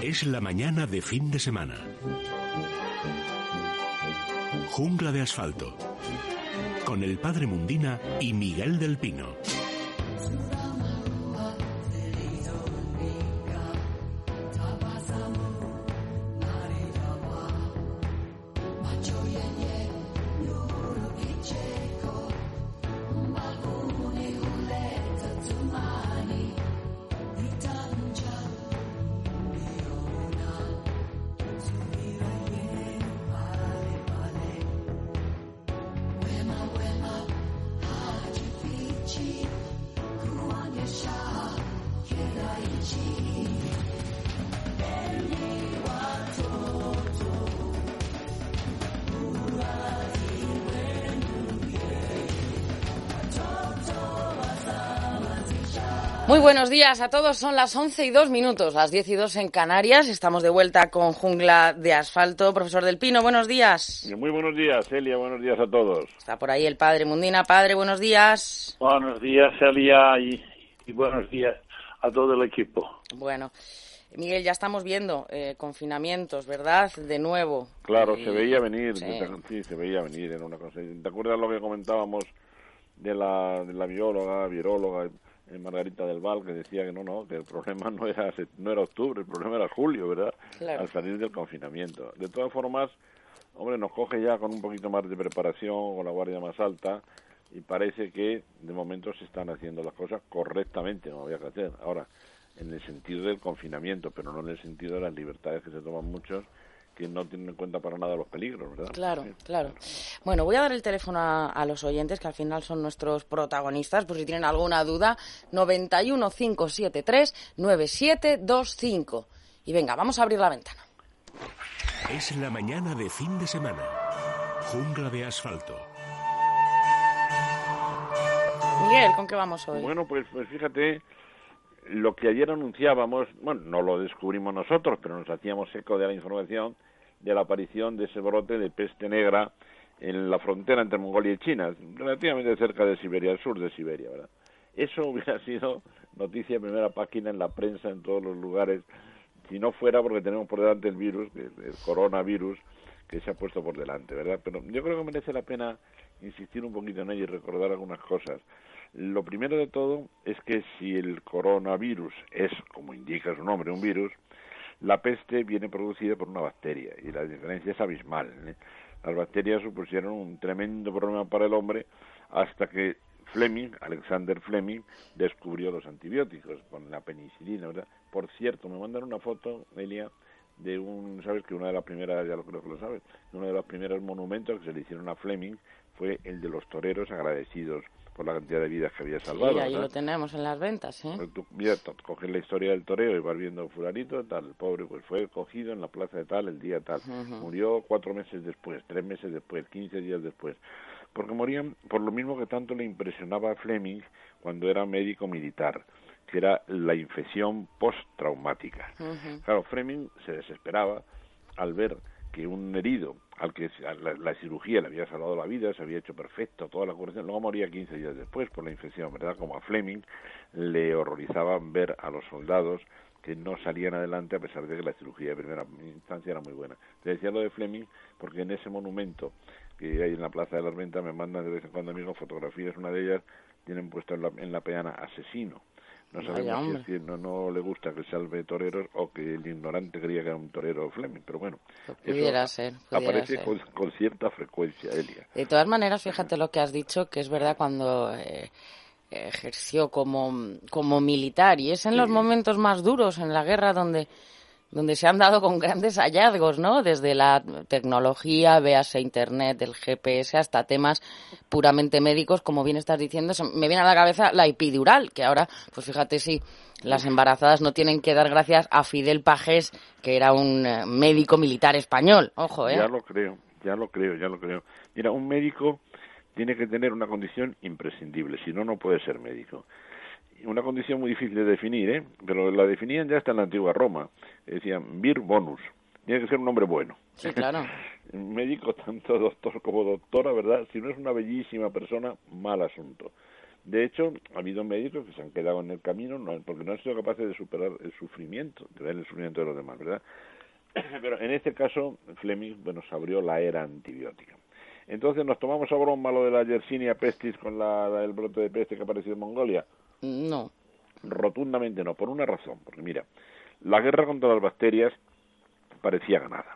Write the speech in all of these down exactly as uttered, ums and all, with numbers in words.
Es la mañana de fin de semana. Jungla de asfalto. Con el padre Mundina y Miguel del Pino. Muy buenos días a todos, son las once y dos minutos, las diez y dos en Canarias. Estamos de vuelta con Jungla de Asfalto. Profesor del Pino, buenos días. Muy buenos días, Celia, buenos días a todos. Está por ahí el padre Mundina. Padre, buenos días. Buenos días, Celia, y, y buenos días a todo el equipo. Bueno, Miguel, ya estamos viendo eh, confinamientos, ¿verdad? De nuevo. Claro, eh, se veía venir, sí. sí, se veía venir en una cosa. ¿Te acuerdas lo que comentábamos de la, de la bióloga, viróloga Margarita del Val, que decía que no, no, que el problema no era no era octubre, el problema era julio, ¿verdad? Claro. Al salir del confinamiento. De todas formas, hombre, nos coge ya con un poquito más de preparación, con la guardia más alta, y parece que de momento se están haciendo las cosas correctamente, como había que hacer. Ahora, en el sentido del confinamiento, pero no en el sentido de las libertades que se toman muchos, que no tienen en cuenta para nada los peligros, ¿verdad? Claro, Sí. claro. Bueno, voy a dar el teléfono a, a los oyentes, que al final son nuestros protagonistas, por si tienen alguna duda, noventa y uno, cinco siete tres, nueve siete dos cinco. Y venga, vamos a abrir la ventana. Es la mañana de fin de semana. Jungla de asfalto. Miguel, ¿con qué vamos hoy? Bueno, pues, pues fíjate, lo que ayer anunciábamos, bueno, no lo descubrimos nosotros, pero nos hacíamos eco de la información de la aparición de ese brote de peste negra en la frontera entre Mongolia y China, relativamente cerca de Siberia, al sur de Siberia, ¿verdad? Eso hubiera sido noticia de primera página en la prensa, en todos los lugares, si no fuera porque tenemos por delante el virus, el coronavirus, que se ha puesto por delante, ¿verdad? Pero yo creo que merece la pena insistir un poquito en ello y recordar algunas cosas. Lo primero de todo es que si el coronavirus es, como indica su nombre, un virus, la peste viene producida por una bacteria y la diferencia es abismal, ¿eh? Las bacterias supusieron un tremendo problema para el hombre hasta que Fleming, Alexander Fleming, descubrió los antibióticos con la penicilina, ¿verdad? Por cierto, me mandan una foto, Elia, de un, sabes que una de las primeras, ya lo creo que lo sabes, uno de los primeros monumentos que se le hicieron a Fleming fue el de los toreros agradecidos por la cantidad de vidas que había salvado. Sí, ahí ¿verdad? lo tenemos en las ventas, ¿eh? Tú mira, coges la historia del toreo y vas viendo fulanito, tal, el pobre pues fue cogido en la plaza de tal, el día tal, uh-huh. Murió cuatro meses después, tres meses después, quince días después, porque morían por lo mismo que tanto le impresionaba a Fleming cuando era médico militar, que era la infección postraumática. Uh-huh. Claro, Fleming se desesperaba al ver que un herido al que la, la cirugía le había salvado la vida, se había hecho perfecto, toda la curación, luego moría quince días después por la infección, ¿verdad? Como a Fleming le horrorizaba ver a los soldados que no salían adelante a pesar de que la cirugía de primera instancia era muy buena. Te decía lo de Fleming porque en ese monumento que hay en la Plaza de las Ventas me mandan de vez en cuando amigos fotografías, una de ellas tienen puesto en la, en la peana asesino. No sabemos si es que no, no le gusta que salve toreros o que el ignorante creía que era un torero Fleming, pero bueno, pues pudiera eso ser, pudiera aparece ser. Con, con cierta frecuencia, Elia. De todas maneras, fíjate lo que has dicho, que es verdad cuando eh, ejerció como, como militar, y es en sí. los momentos más duros en la guerra donde... donde se han dado con grandes hallazgos, ¿no? Desde la tecnología, véase Internet, el G P S, hasta temas puramente médicos, como bien estás diciendo. Me viene a la cabeza la epidural, que ahora, pues fíjate si las embarazadas no tienen que dar gracias a Fidel Pagés, que era un médico militar español. Ojo, ¿eh? Ya lo creo, ya lo creo, ya lo creo. Mira, un médico tiene que tener una condición imprescindible, si no, no puede ser médico. Una condición muy difícil de definir, ¿eh? Pero la definían ya hasta en la antigua Roma. Decían vir bonus. Tiene que ser un hombre bueno. Sí, claro. Médico, tanto doctor como doctora, ¿verdad? Si no es una bellísima persona, mal asunto. De hecho, ha habido médicos que se han quedado en el camino no, porque no han sido capaces de superar el sufrimiento, de ver el sufrimiento de los demás, ¿verdad? Pero en este caso, Fleming, bueno, se abrió la era antibiótica. Entonces, ¿nos tomamos a broma lo de la Yersinia pestis con la, la, el brote de peste que ha aparecido en Mongolia? No. Rotundamente no, por una razón. Porque mira, la guerra contra las bacterias parecía ganada.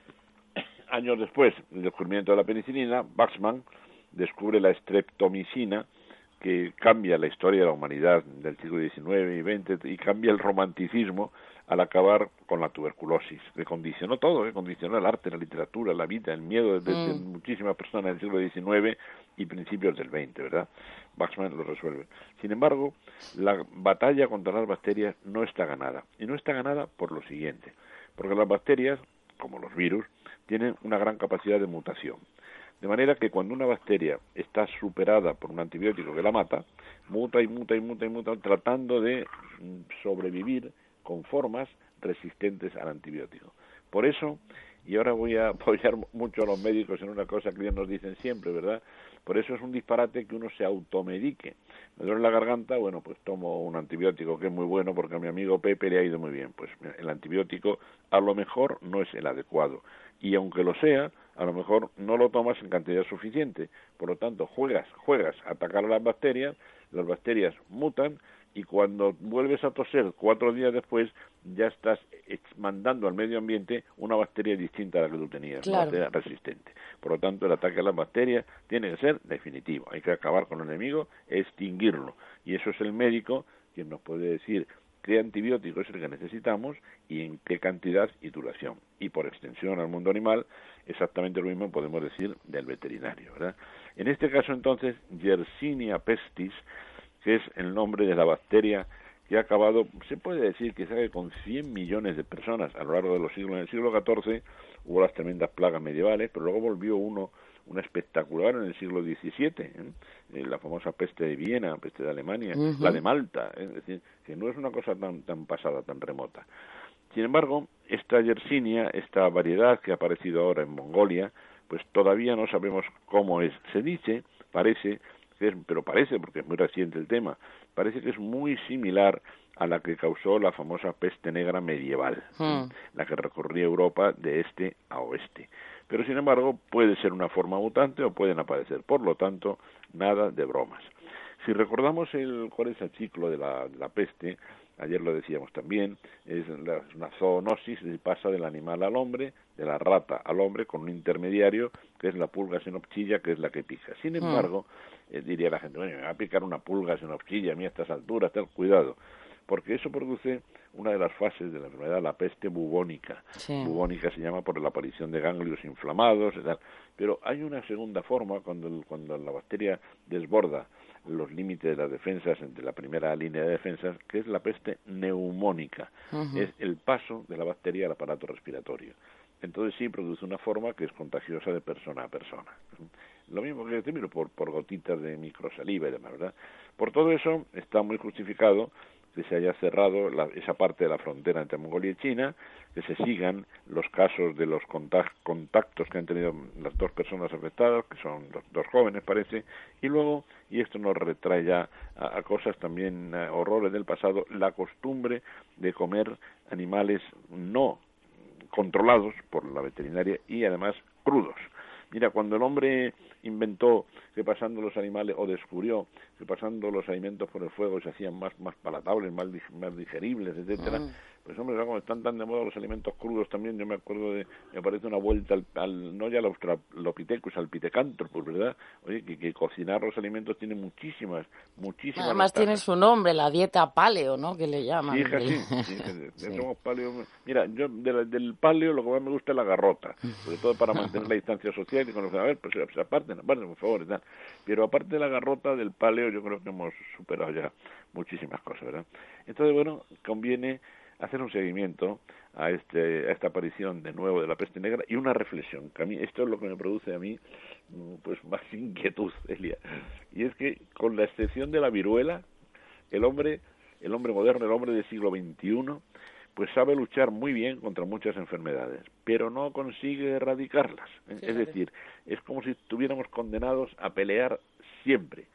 Años después del descubrimiento de la penicilina, Waxman descubre la streptomicina, que cambia la historia de la humanidad del siglo diecinueve y veinte y cambia el romanticismo al acabar con la tuberculosis, que condicionó todo, que condicionó el arte, la literatura, la vida, el miedo de, de, de muchísimas personas del siglo diecinueve y principios del veinte, ¿verdad? Waxman lo resuelve. Sin embargo, la batalla contra las bacterias no está ganada, y no está ganada por lo siguiente, porque las bacterias, como los virus, tienen una gran capacidad de mutación. De manera que cuando una bacteria está superada por un antibiótico que la mata, muta y muta y muta y muta, tratando de sobrevivir con formas resistentes al antibiótico. Por eso, y ahora voy a apoyar mucho a los médicos en una cosa que ellos nos dicen siempre, ¿verdad? Por eso es un disparate que uno se automedique. Me duele la garganta, bueno, pues tomo un antibiótico que es muy bueno porque a mi amigo Pepe le ha ido muy bien. Pues el antibiótico a lo mejor no es el adecuado. Y aunque lo sea, a lo mejor no lo tomas en cantidad suficiente. Por lo tanto, juegas, juegas a atacar a las bacterias, las bacterias mutan, y cuando vuelves a toser cuatro días después, ya estás mandando al medio ambiente una bacteria distinta a la que tú tenías, claro. Una bacteria resistente. Por lo tanto, el ataque a las bacterias tiene que ser definitivo. Hay que acabar con el enemigo, extinguirlo. Y eso es el médico quien nos puede decir qué antibiótico es el que necesitamos y en qué cantidad y duración. Y por extensión al mundo animal, exactamente lo mismo podemos decir del veterinario, ¿verdad? En este caso, entonces, Yersinia pestis, que es el nombre de la bacteria que ha acabado, se puede decir que sabe con cien millones de personas a lo largo de los siglos. En el siglo catorce hubo las tremendas plagas medievales, pero luego volvió uno, una espectacular en el siglo diecisiete, ¿eh? La famosa peste de Viena, peste de Alemania, uh-huh. La de Malta, ¿eh? Es decir, que no es una cosa tan, tan pasada, tan remota. Sin embargo, esta Yersinia, esta variedad que ha aparecido ahora en Mongolia, pues todavía no sabemos cómo es. Se dice, parece, que es, pero parece, porque es muy reciente el tema, parece que es muy similar a la que causó la famosa peste negra medieval, hmm. la que recorría Europa de este a oeste. Pero, sin embargo, puede ser una forma mutante o pueden aparecer. Por lo tanto, nada de bromas. Si recordamos el, cuál es el ciclo de la, de la peste, ayer lo decíamos también, es la, una zoonosis, es pasa del animal al hombre, de la rata al hombre, con un intermediario, que es la pulga xenopchilla, que es la que pica. Sin embargo, hmm. eh, diría la gente, bueno, me va a picar una pulga xenopchilla a mí a estas alturas, ten cuidado, porque eso produce una de las fases de la enfermedad, la peste bubónica. Sí. Bubónica se llama por la aparición de ganglios inflamados y tal. Pero hay una segunda forma cuando, el, cuando la bacteria desborda los límites de las defensas entre la primera línea de defensas, que es la peste neumónica. Uh-huh. Es el paso de la bacteria al aparato respiratorio. Entonces sí produce una forma que es contagiosa de persona a persona. Lo mismo que decir, por, por gotitas de microsaliva y demás, ¿verdad? Por todo eso está muy justificado que se haya cerrado la, esa parte de la frontera entre Mongolia y China, que se sigan los casos de los contact, contactos que han tenido las dos personas afectadas, que son los dos jóvenes parece, y luego, y esto nos retrae ya a, a cosas también, a horrores del pasado, la costumbre de comer animales no controlados por la veterinaria y además crudos. Mira, cuando el hombre inventó que pasando los animales, o descubrió que pasando los alimentos por el fuego se hacían más, más palatables, más, más digeribles, etcétera, mm. pues hombre, como están tan de moda los alimentos crudos también, yo me acuerdo de, me parece una vuelta al, al no ya al Australopithecus, al Pithecanthropus, ¿verdad? Oye, que, que cocinar los alimentos tiene muchísimas, muchísimas Además ventajas. Tiene su nombre, la dieta paleo, ¿no? Que le llaman. Sí, es sí, sí, sí. sí. Somos paleo. Mira, yo de, del paleo lo que más me gusta es la garrota, sobre todo para mantener la distancia social y con los, a ver, pues, pues aparte, aparte, por favor, tal. Pero aparte de la garrota del paleo, yo creo que hemos superado ya muchísimas cosas, ¿verdad? Entonces, bueno, conviene hacer un seguimiento a este a esta aparición de nuevo de la peste negra y una reflexión, que a mí esto es lo que me produce a mí pues más inquietud, Elia, y es que con la excepción de la viruela, el hombre, el hombre moderno, el hombre del siglo veintiuno, pues sabe luchar muy bien contra muchas enfermedades, pero no consigue erradicarlas, ¿eh? Sí, es decir, es como si estuviéramos condenados a pelear siempre.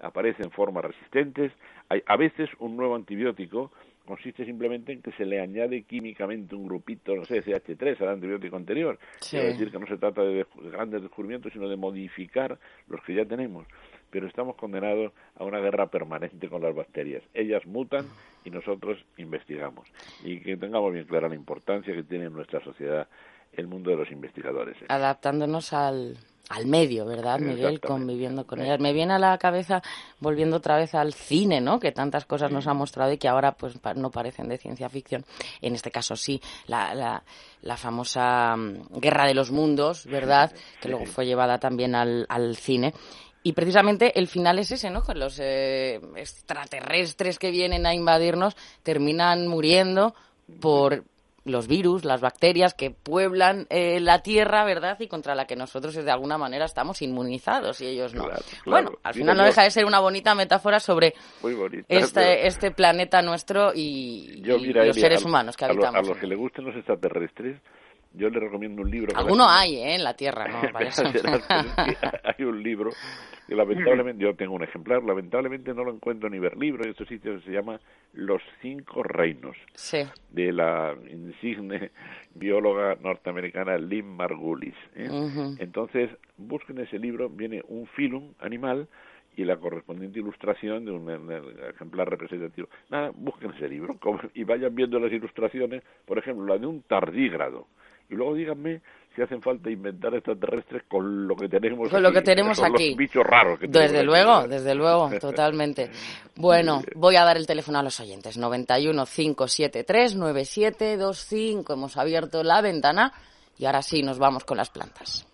aparecen formas resistentes. Hay, a veces un nuevo antibiótico consiste simplemente en que se le añade químicamente un grupito, no sé, C H tres al antibiótico anterior. Sí. Quiero decir que no se trata de grandes descubrimientos, sino de modificar los que ya tenemos. Pero estamos condenados a una guerra permanente con las bacterias. Ellas mutan y nosotros investigamos. Y que tengamos bien clara la importancia que tiene en nuestra sociedad el mundo de los investigadores. ¿eh? Adaptándonos al, al medio, ¿verdad, Miguel? Conviviendo con ellas. Me viene a la cabeza, volviendo otra vez al cine, ¿no? Que tantas cosas sí. nos ha mostrado y que ahora pues no parecen de ciencia ficción. En este caso sí, la, la, la famosa um, Guerra de los Mundos, ¿verdad? Sí. Que luego fue llevada también al, al cine. Y precisamente el final es ese, ¿no? Que los eh, extraterrestres que vienen a invadirnos terminan muriendo por los virus, las bacterias que pueblan eh, la Tierra, ¿verdad? Y contra la que nosotros de alguna manera estamos inmunizados y ellos no. Claro, claro. Bueno, al final no deja de ser una bonita metáfora sobre Muy bonita, este, pero... este planeta nuestro y, Yo, y mira, los Elia, seres a, humanos que a habitamos. Lo, a los que les gusten los extraterrestres, yo les recomiendo un libro. Alguno hay, ¿eh? En la Tierra, ¿no? Hay un libro que lamentablemente, yo tengo un ejemplar, lamentablemente no lo encuentro ni ver libro, en estos sitios se llama Los Cinco Reinos, sí. de la insigne bióloga norteamericana Lynn Margulis. ¿eh? Uh-huh. Entonces, busquen ese libro, viene un filum animal y la correspondiente ilustración de un, un ejemplar representativo. Nada, busquen ese libro y vayan viendo las ilustraciones, por ejemplo, la de un tardígrado. Y luego díganme si hacen falta inventar extraterrestres con lo que tenemos con aquí. Lo que tenemos con aquí. Los bichos raros que Desde tenemos luego, aquí. desde luego, totalmente. Bueno, voy a dar el teléfono a los oyentes. noventa y uno, cinco setenta y tres, noventa y siete veinticinco. Hemos abierto la ventana y ahora sí nos vamos con las plantas.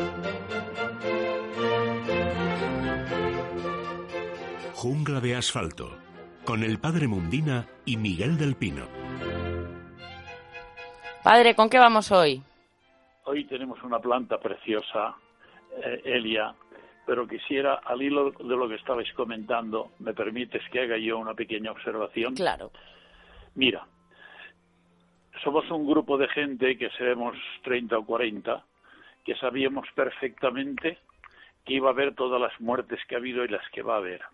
Jungla de asfalto, con el padre Mundina y Miguel del Pino. Padre, ¿con qué vamos hoy? Hoy tenemos una planta preciosa, eh, Elia, pero quisiera, al hilo de lo que estabais comentando, ¿me permites que haga yo una pequeña observación? Claro. Mira, somos un grupo de gente que seremos treinta o cuarenta, que sabíamos perfectamente que iba a haber todas las muertes que ha habido y las que va a haber.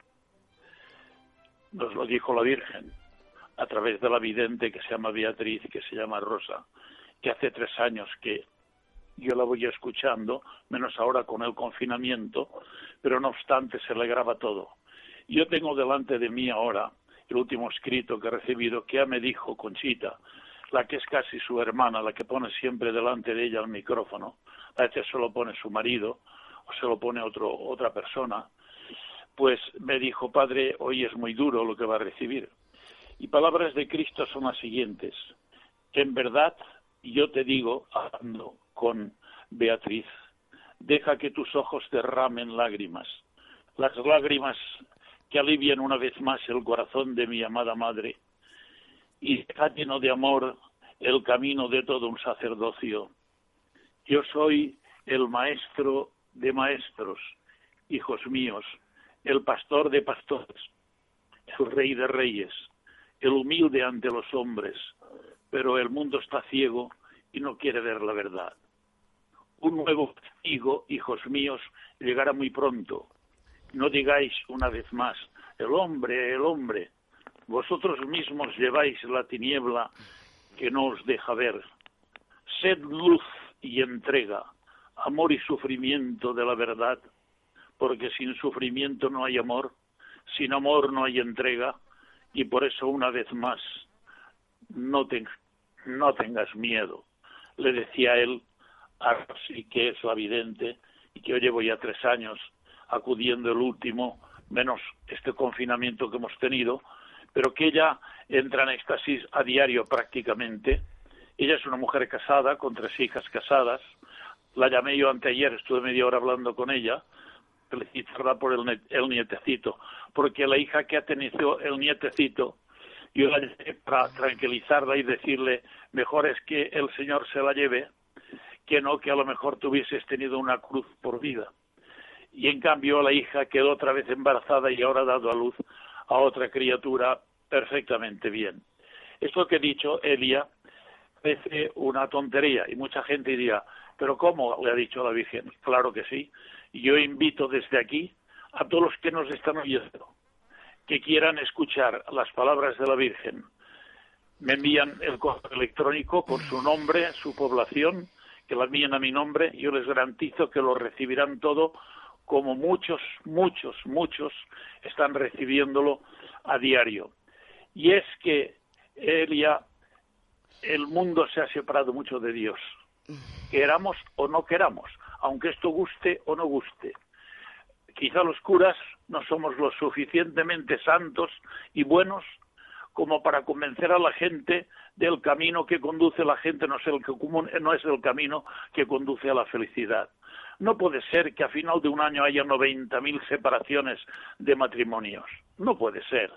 Nos lo dijo la Virgen, a través de la vidente que se llama Beatriz, que se llama Rosa, que hace tres años que yo la voy escuchando, menos ahora con el confinamiento, pero no obstante se le graba todo. Yo tengo delante de mí ahora el último escrito que he recibido, que ya me dijo Conchita, la que es casi su hermana, la que pone siempre delante de ella el micrófono, a veces se lo pone su marido o se lo pone otro, otra persona, pues me dijo, padre, hoy es muy duro lo que va a recibir. Y palabras de Cristo son las siguientes: en verdad, yo te digo, hablando con Beatriz, deja que tus ojos derramen lágrimas, las lágrimas que alivian una vez más el corazón de mi amada madre, y deja lleno de amor el camino de todo un sacerdocio. Yo soy el maestro de maestros, hijos míos, el pastor de pastores, el rey de reyes, el humilde ante los hombres, pero el mundo está ciego y no quiere ver la verdad. Un nuevo castigo, hijos míos, llegará muy pronto. No digáis una vez más, el hombre, el hombre. Vosotros mismos lleváis la tiniebla que no os deja ver. Sed luz y entrega, amor y sufrimiento de la verdad, porque sin sufrimiento no hay amor, sin amor no hay entrega, y por eso una vez más, no, te, no tengas miedo, le decía él a Rosy, que es la vidente, y que yo llevo ya tres años acudiendo el último, menos este confinamiento que hemos tenido, pero que ella entra en éxtasis a diario prácticamente. Ella es una mujer casada, con tres hijas casadas. La llamé yo anteayer, estuve media hora hablando con ella, felicitarla por el, el nietecito, porque la hija que ha tenido el nietecito, yo la llamé para tranquilizarla y decirle, mejor es que el Señor se la lleve, que no que a lo mejor tuvieses tenido una cruz por vida. Y en cambio la hija quedó otra vez embarazada y ahora ha dado a luz a otra criatura perfectamente bien. Esto que he dicho, Elia, parece una tontería y mucha gente diría, pero ¿cómo le ha dicho la Virgen? Claro que sí. Y yo invito desde aquí a todos los que nos están oyendo, que quieran escuchar las palabras de la Virgen, me envían el correo electrónico con su nombre, su población, que la envíen a mi nombre, yo les garantizo que lo recibirán todo, como muchos, muchos, muchos están recibiéndolo a diario. Y es que, Elia, el mundo se ha separado mucho de Dios, queramos o no queramos, aunque esto guste o no guste. Quizá los curas no somos lo suficientemente santos y buenos como para convencer a la gente del camino que conduce la gente, no es el, que, no es el camino que conduce a la felicidad. No puede ser que a final de un año haya noventa mil separaciones de matrimonios. No puede ser.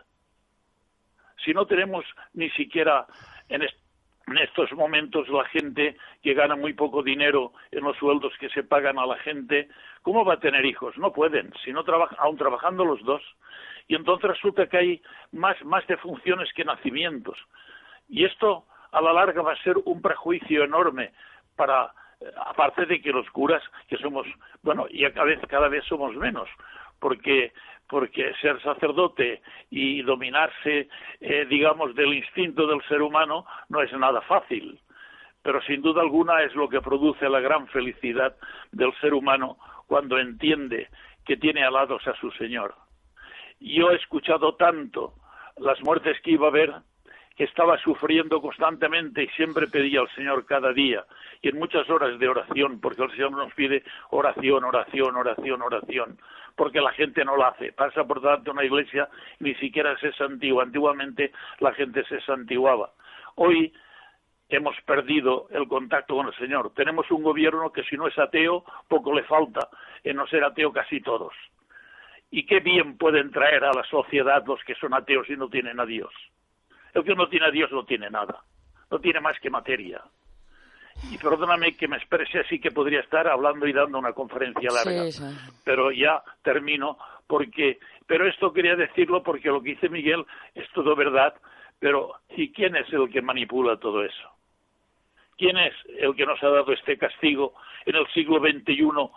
Si no tenemos ni siquiera en, est en estos momentos la gente que gana muy poco dinero en los sueldos que se pagan a la gente, ¿cómo va a tener hijos? No pueden, si no trabajan, aun trabajando los dos. Y entonces resulta que hay más, más defunciones que nacimientos. Y esto a la larga va a ser un prejuicio enorme para, aparte de que los curas, que somos, bueno, y cada vez, cada vez somos menos, porque porque ser sacerdote y dominarse, eh, digamos, del instinto del ser humano no es nada fácil, pero sin duda alguna es lo que produce la gran felicidad del ser humano cuando entiende que tiene alados a su Señor. Yo he escuchado tanto las muertes que iba a haber, que estaba sufriendo constantemente y siempre pedía al Señor cada día, y en muchas horas de oración, porque el Señor nos pide oración, oración, oración, oración, porque la gente no la hace. Pasa por delante de una iglesia y ni siquiera se santigua. Antiguamente la gente se santiguaba. Hoy hemos perdido el contacto con el Señor. Tenemos un gobierno que si no es ateo, poco le falta, en no ser ateo casi todos. ¿Y qué bien pueden traer a la sociedad los que son ateos y no tienen a Dios? El que no tiene a Dios no tiene nada, no tiene más que materia. Y perdóname que me exprese así, que podría estar hablando y dando una conferencia larga, sí, sí. Pero ya termino, porque, pero esto quería decirlo porque lo que dice Miguel es todo verdad, pero ¿y quién es el que manipula todo eso? ¿Quién es el que nos ha dado este castigo en el siglo veintiuno,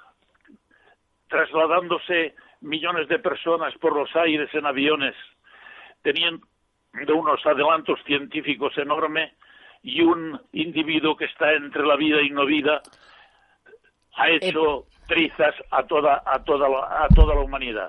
trasladándose millones de personas por los aires en aviones, teniendo de unos adelantos científicos enormes, y un individuo que está entre la vida y no vida ha hecho trizas a toda a toda la, a toda la humanidad?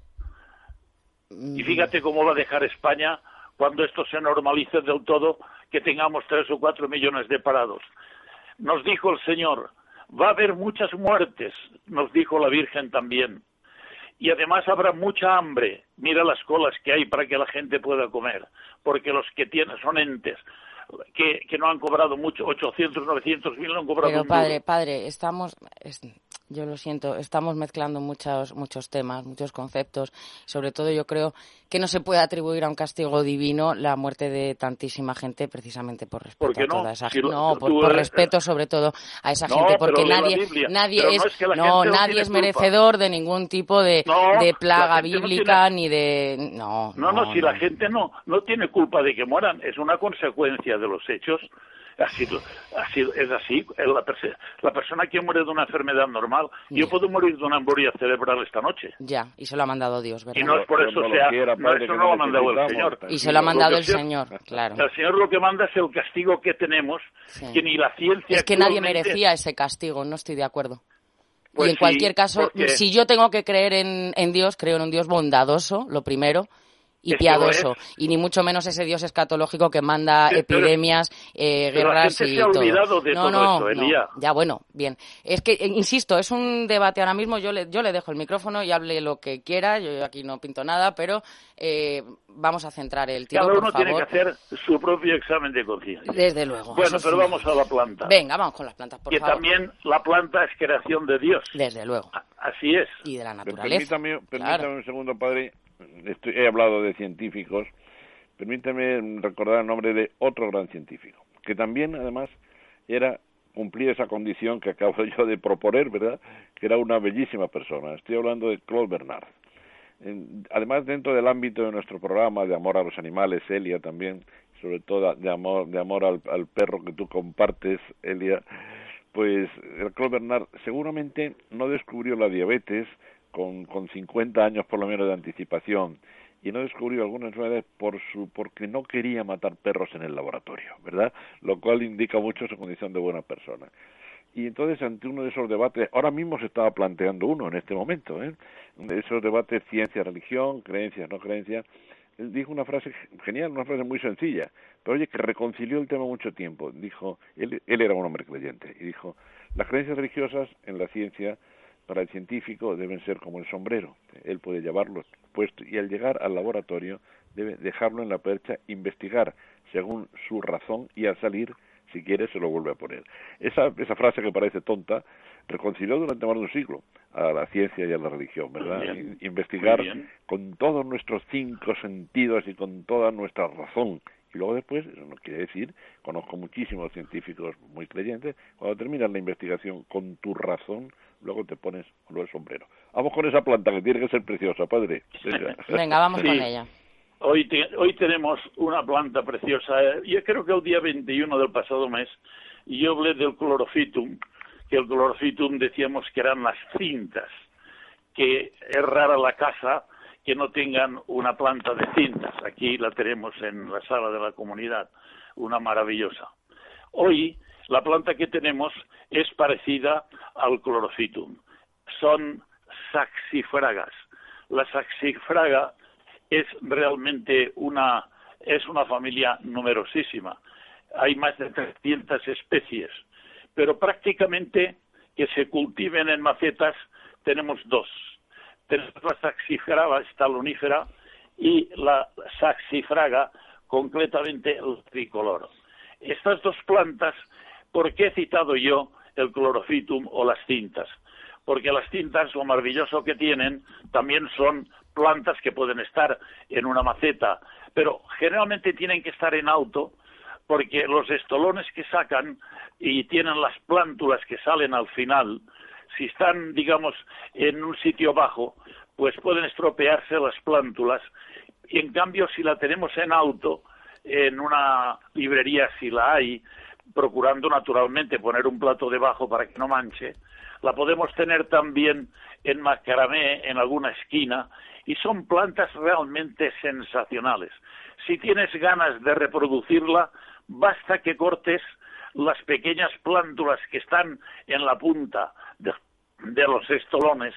Y fíjate cómo va a dejar España cuando esto se normalice del todo, que tengamos tres o cuatro millones de parados. Nos dijo el Señor, va a haber muchas muertes, nos dijo la Virgen también. Y además habrá mucha hambre. Mira las colas que hay para que la gente pueda comer, porque los que tienen son entes que, que no han cobrado mucho, ochocientos, novecientos mil no han cobrado. Pero padre, duro. padre, estamos, es, yo lo siento, estamos mezclando muchos, muchos temas, muchos conceptos. Sobre todo yo creo que no se puede atribuir a un castigo divino la muerte de tantísima gente precisamente por respeto a toda no? esa gente. Si no, por, por respeto sobre todo a esa no, gente, porque nadie, nadie es, es que no, nadie es merecedor de ningún tipo de, no, de plaga bíblica no tiene... ni de, no. No, no, no si no. La gente no, no tiene culpa de que mueran, es una consecuencia de los hechos. Así, así, es así, la, perse la persona que muere de una enfermedad normal, ya. Yo puedo morir de una embolia cerebral esta noche. Ya, y se lo ha mandado Dios, ¿verdad? Y no es por eso, sea, quiera, no, eso no lo ha mandado el Señor. Y se lo ha mandado el Señor, claro. El Señor lo que manda es el castigo que tenemos, sí. Que ni la ciencia... Es que nadie merecía ese castigo, no estoy de acuerdo. Pues y en sí, cualquier caso, porque... si yo tengo que creer en, en Dios, creo en un Dios bondadoso, lo primero, y piadoso, y ni mucho menos ese Dios escatológico que manda sí, epidemias, eh, guerras y todo. Se ha olvidado de no, todo no, eso, Elía. No, ya bueno, bien. Es que, eh, insisto, es un debate ahora mismo, yo le, yo le dejo el micrófono y hable lo que quiera, yo aquí no pinto nada, pero eh, vamos a centrar el tiro, Cada uno por favor. Tiene que hacer su propio examen de conciencia. Desde luego. Bueno, pero vamos a la planta. Venga, vamos con las plantas, por que favor. Que también la planta es creación de Dios. Desde luego. Así es. Y de la naturaleza. Permítame, permítame claro. un segundo, padre. Estoy, he hablado de científicos. Permítame recordar el nombre de otro gran científico, que también, además, era cumplía esa condición que acabo yo de proponer, ¿verdad?, que era una bellísima persona. Estoy hablando de Claude Bernard. En, además, dentro del ámbito de nuestro programa de amor a los animales, Elia, también, sobre todo de amor, de amor al, al perro que tú compartes, Elia, pues el Claude Bernard seguramente no descubrió la diabetes, con, con cincuenta años por lo menos de anticipación, y no descubrió algunas enfermedades por su, porque no quería matar perros en el laboratorio, ¿verdad? Lo cual indica mucho su condición de buena persona. Y entonces, ante uno de esos debates, ahora mismo se estaba planteando uno en este momento, ¿eh? De esos debates ciencia-religión, creencias, no creencias, él dijo una frase genial, una frase muy sencilla, pero oye, que reconcilió el tema mucho tiempo. Dijo, él, él era un hombre creyente, y dijo, las creencias religiosas en la ciencia, para el científico, deben ser como el sombrero. Él puede llevarlo puesto, y al llegar al laboratorio, debe dejarlo en la percha, investigar según su razón, y al salir, si quiere, se lo vuelve a poner. Esa, esa frase que parece tonta, reconcilió durante más de un siglo a la ciencia y a la religión, ¿verdad? Investigar con todos nuestros cinco sentidos y con toda nuestra razón. Y luego después, eso no quiere decir, conozco muchísimos científicos muy creyentes, cuando terminas la investigación con tu razón, luego te pones el sombrero. Vamos con esa planta que tiene que ser preciosa, padre. Venga, Venga vamos sí. con ella. Hoy, te, hoy tenemos una planta preciosa. Yo creo que el día veintiuno del pasado mes yo hablé del clorofitum, que el clorofitum decíamos que eran las cintas, que es rara la casa que no tengan una planta de cintas. Aquí la tenemos en la sala de la comunidad, una maravillosa. Hoy la planta que tenemos es parecida al clorofitum. Son saxifragas. La saxifraga es realmente una, es una familia numerosísima. Hay más de trescientas especies, pero prácticamente que se cultiven en macetas tenemos dos. Tenemos la saxifraga estalonífera y la saxifraga, concretamente el tricolor. Estas dos plantas, ¿por qué he citado yo el clorofitum o las cintas? Porque las cintas, lo maravilloso que tienen, también son plantas que pueden estar en una maceta, pero generalmente tienen que estar en alto, porque los estolones que sacan y tienen las plántulas que salen al final, si están, digamos, en un sitio bajo, pues pueden estropearse las plántulas. Y en cambio, si la tenemos en alto, en una librería, si la hay, procurando naturalmente poner un plato debajo para que no manche, la podemos tener también en macramé, en alguna esquina, y son plantas realmente sensacionales. Si tienes ganas de reproducirla, basta que cortes las pequeñas plántulas que están en la punta de, de los estolones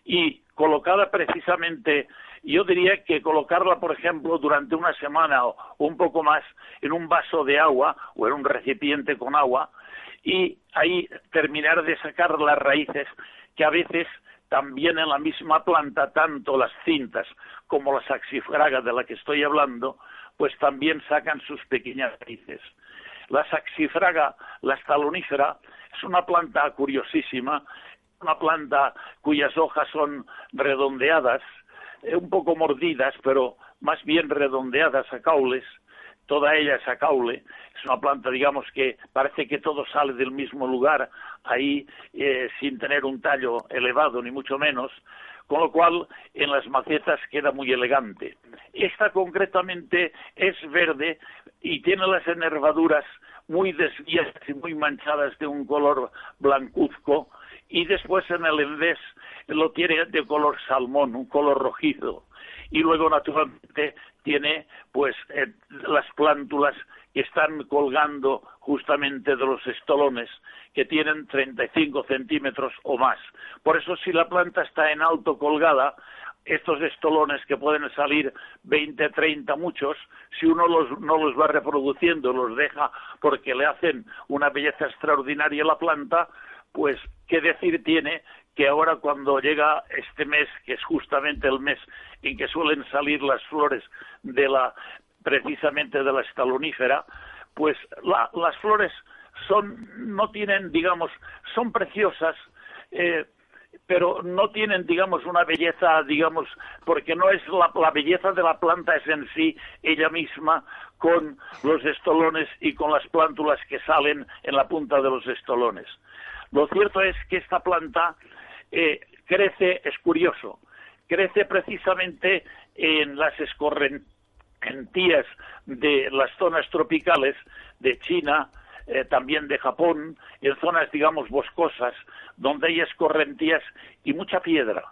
y colocada precisamente, yo diría que colocarla, por ejemplo, durante una semana o un poco más en un vaso de agua o en un recipiente con agua y ahí terminar de sacar las raíces, que a veces también en la misma planta, tanto las cintas como la saxifraga de la que estoy hablando, pues también sacan sus pequeñas raíces. La saxifraga, la estalonífera, es una planta curiosísima, una planta cuyas hojas son redondeadas, eh, un poco mordidas, pero más bien redondeadas a caules, toda ella es a caule. Es una planta, digamos, que parece que todo sale del mismo lugar, ahí eh, sin tener un tallo elevado, ni mucho menos, con lo cual en las macetas queda muy elegante. Esta concretamente es verde y tiene las enervaduras muy desviadas y muy manchadas de un color blancuzco, y después en el envés lo tiene de color salmón, un color rojizo, y luego naturalmente tiene pues eh, las plántulas que están colgando justamente de los estolones, que tienen treinta y cinco centímetros o más. Por eso, si la planta está en alto colgada, estos estolones que pueden salir veinte, treinta, muchos, si uno los, no los va reproduciendo, los deja porque le hacen una belleza extraordinaria a la planta, pues qué decir tiene que ahora cuando llega este mes, que es justamente el mes en que suelen salir las flores de la precisamente de la estalonífera, pues la, las flores son no tienen, digamos, son preciosas, eh, pero no tienen, digamos, una belleza, digamos, porque no es la, la belleza de la planta es en sí ella misma, con los estolones y con las plántulas que salen en la punta de los estolones. Lo cierto es que esta planta eh, crece, es curioso, crece precisamente en las escorrentías de las zonas tropicales de China, eh, también de Japón, en zonas, digamos, boscosas, donde hay escorrentías y mucha piedra.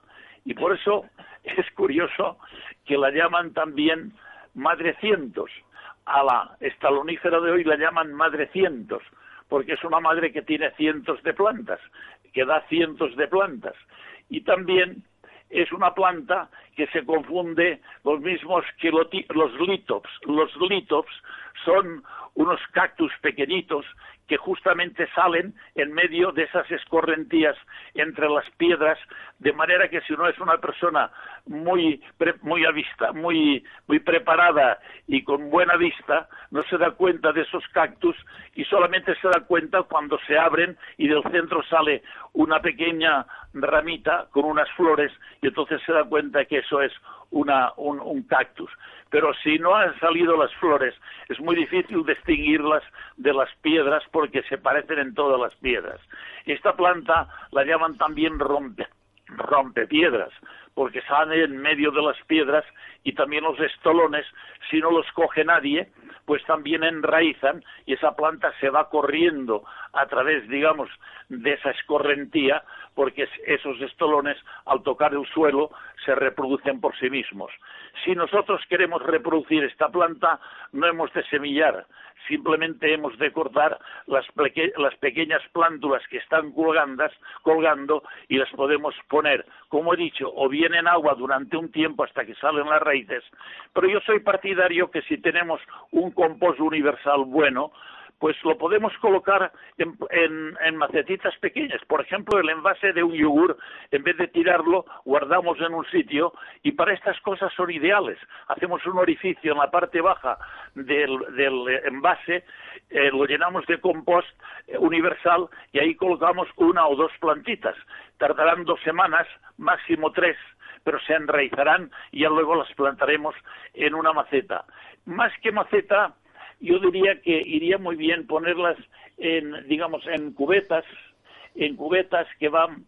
Y por eso es curioso que la llaman también madrecientos. A la estalonífera de hoy la llaman madrecientos, porque es una madre que tiene cientos de plantas, que da cientos de plantas. Y también es una planta que se confunde los mismos que los litops. Los litops son unos cactus pequeñitos que justamente salen en medio de esas escorrentías entre las piedras, de manera que si uno es una persona muy muy avista, muy muy preparada y con buena vista, no se da cuenta de esos cactus y solamente se da cuenta cuando se abren y del centro sale una pequeña ramita con unas flores y entonces se da cuenta que eso es una un, un cactus. Pero si no han salido las flores, es muy difícil distinguirlas de las piedras porque se parecen en todas las piedras. Esta planta la llaman también rompe, rompepiedras, porque sale en medio de las piedras y también los estolones, si no los coge nadie, pues también enraizan y esa planta se va corriendo a través, digamos, de esa escorrentía, porque esos estolones, al tocar el suelo, se reproducen por sí mismos. Si nosotros queremos reproducir esta planta, no hemos de semillar, simplemente hemos de cortar las, peque las pequeñas plántulas que están colgandas, colgando y las podemos poner, como he dicho, o bien en agua durante un tiempo hasta que salen las raíces, pero yo soy partidario que si tenemos un compost universal bueno, pues lo podemos colocar en, en, en macetitas pequeñas. Por ejemplo, el envase de un yogur, en vez de tirarlo, guardamos en un sitio y para estas cosas son ideales. Hacemos un orificio en la parte baja del, del envase, eh, lo llenamos de compost eh, universal y ahí colocamos una o dos plantitas. Tardarán dos semanas, máximo tres, pero se enraizarán y ya luego las plantaremos en una maceta. Más que maceta, yo diría que iría muy bien ponerlas en, digamos, en cubetas, en cubetas que van,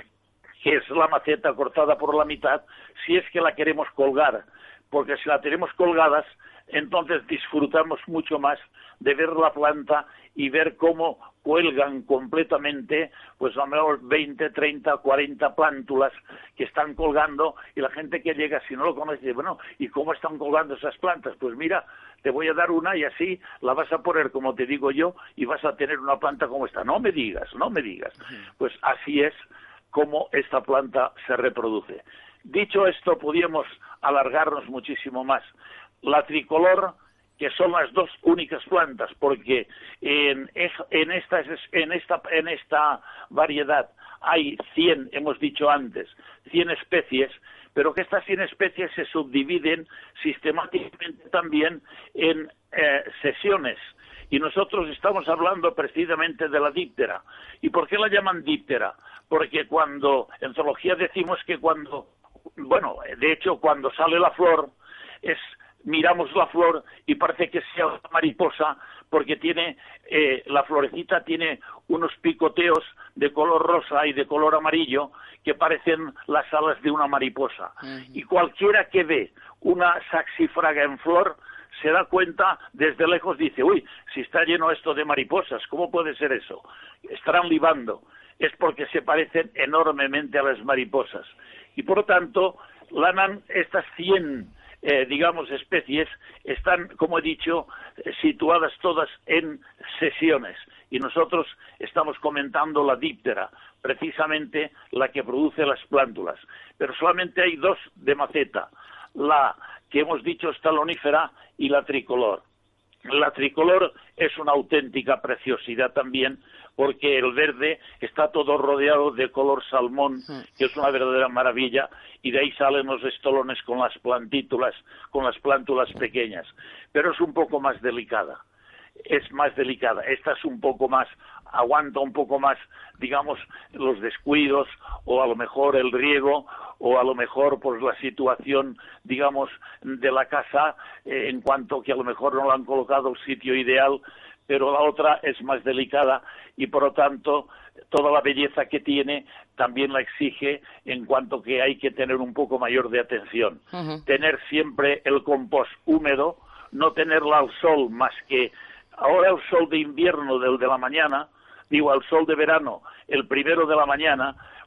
que es la maceta cortada por la mitad, si es que la queremos colgar, porque si la tenemos colgadas, entonces disfrutamos mucho más de ver la planta y ver cómo cuelgan completamente, pues a lo mejor veinte, treinta, cuarenta plántulas que están colgando y la gente que llega, si no lo conoce, dice, bueno, ¿y cómo están colgando esas plantas? Pues mira, te voy a dar una y así la vas a poner como te digo yo y vas a tener una planta como esta. No me digas, no me digas. Pues así es como esta planta se reproduce. Dicho esto, podríamos alargarnos muchísimo más. La tricolor, que son las dos únicas plantas, porque en, en, esta, en, esta, en esta variedad hay cien, hemos dicho antes, cien especies, pero que estas cien especies se subdividen sistemáticamente también en eh, sesiones. Y nosotros estamos hablando precisamente de la díptera. ¿Y por qué la llaman díptera? Porque cuando, en zoología decimos que cuando, bueno, de hecho cuando sale la flor, es miramos la flor y parece que sea una mariposa porque tiene, eh, la florecita tiene unos picoteos de color rosa y de color amarillo que parecen las alas de una mariposa. Uh-huh. Y cualquiera que ve una saxifraga en flor se da cuenta desde lejos, dice, uy, si está lleno esto de mariposas, ¿cómo puede ser eso? Estarán libando. Es porque se parecen enormemente a las mariposas. Y por lo tanto, lanan estas cien Eh, digamos, especies, están, como he dicho, eh, situadas todas en sesiones. Y nosotros estamos comentando la díptera, precisamente la que produce las plántulas. Pero solamente hay dos de maceta, la que hemos dicho estalonífera y la tricolor. La tricolor es una auténtica preciosidad también, porque el verde está todo rodeado de color salmón, que es una verdadera maravilla, y de ahí salen los estolones con las plantítulas, con las plántulas pequeñas. Pero es un poco más delicada, es más delicada. Esta es un poco más, aguanta un poco más, digamos, los descuidos, o a lo mejor el riego, o a lo mejor pues la situación, digamos, de la casa, eh, en cuanto que a lo mejor no la han colocado el sitio ideal, pero la otra es más delicada y por lo tanto toda la belleza que tiene también la exige en cuanto que hay que tener un poco mayor de atención. Uh-huh. Tener siempre el compost húmedo, no tenerla al sol más que ahora el sol de invierno del de la mañana, digo al sol de verano el primero de la mañana,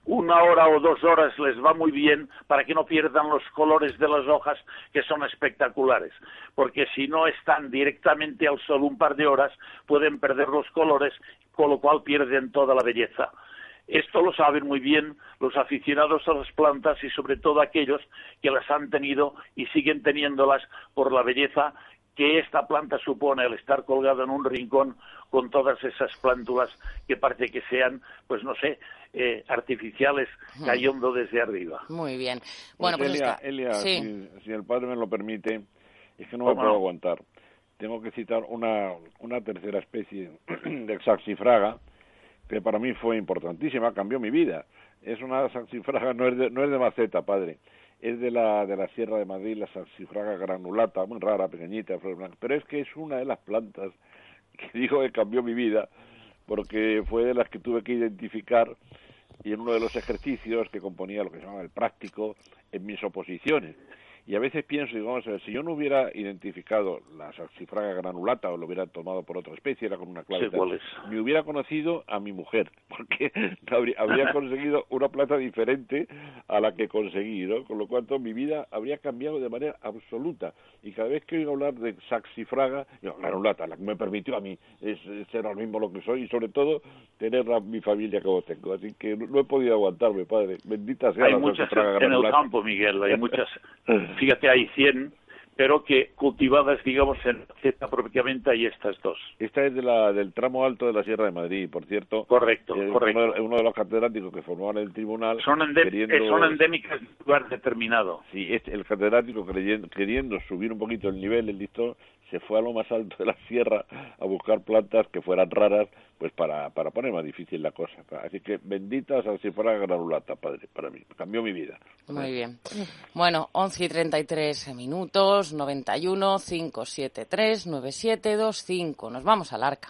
una hora o dos horas les va muy bien para que no pierdan los colores de las hojas, que son espectaculares, porque si no están directamente al sol un par de horas pueden perder los colores, con lo cual pierden toda la belleza. Esto lo saben muy bien los aficionados a las plantas y sobre todo aquellos que las han tenido y siguen teniéndolas por la belleza que esta planta supone al estar colgada en un rincón con todas esas plántulas que parece que sean, pues no sé, eh, artificiales cayendo desde arriba. Muy bien. Bueno, pues, pues Elia, está... Elia sí. si, si el padre me lo permite, es que no me puedo no? aguantar. Tengo que citar una, una tercera especie de saxifraga que para mí fue importantísima, cambió mi vida. Es una saxifraga, no es de, no es de maceta, padre. Es de la de la Sierra de Madrid, la saxifraga granulata, muy rara, pequeñita, flor blanca. Pero es que es una de las plantas que digo que cambió mi vida, porque fue de las que tuve que identificar y en uno de los ejercicios que componía lo que se llama el práctico en mis oposiciones. Y a veces pienso, digo, vamos a ver, si yo no hubiera identificado la saxifraga granulata o lo hubiera tomado por otra especie, era con una clave, Sí, ¿cuál es? me hubiera conocido a mi mujer, porque habría, habría conseguido una planta diferente a la que conseguí, ¿no? Con lo cual mi vida habría cambiado de manera absoluta. Y cada vez que oigo hablar de saxifraga, digo, granulata, la que me permitió a mí es, es ser ahora mismo lo que soy y sobre todo tener a mi familia como tengo. Así que no, no he podido aguantarme, padre. Bendita sea hay la muchas saxifraga en granulata. el campo, Miguel, hay muchas. Fíjate, hay cien, pero que cultivadas, digamos, en maceta propiamente hay estas dos. Esta es de la, del tramo alto de la Sierra de Madrid, por cierto. Correcto, eh, correcto. Uno de, uno de los catedráticos que formaban el tribunal... Son, endem queriendo, eh, son endémicas de un lugar determinado. Sí, este, el catedrático creyendo, queriendo subir un poquito el nivel, el listón, se fue a lo más alto de la sierra a buscar plantas que fueran raras, pues para, para poner más difícil la cosa. Así que bendita saxifraga granulata, padre, para mí. Cambió mi vida. Muy bien. Bueno, once y treinta y tres minutos, noventa y uno, cinco siete tres, nueve siete dos cinco. Nos vamos al Arca.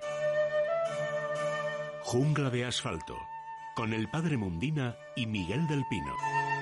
Jungla de asfalto, con el padre Mundina y Miguel del Pino.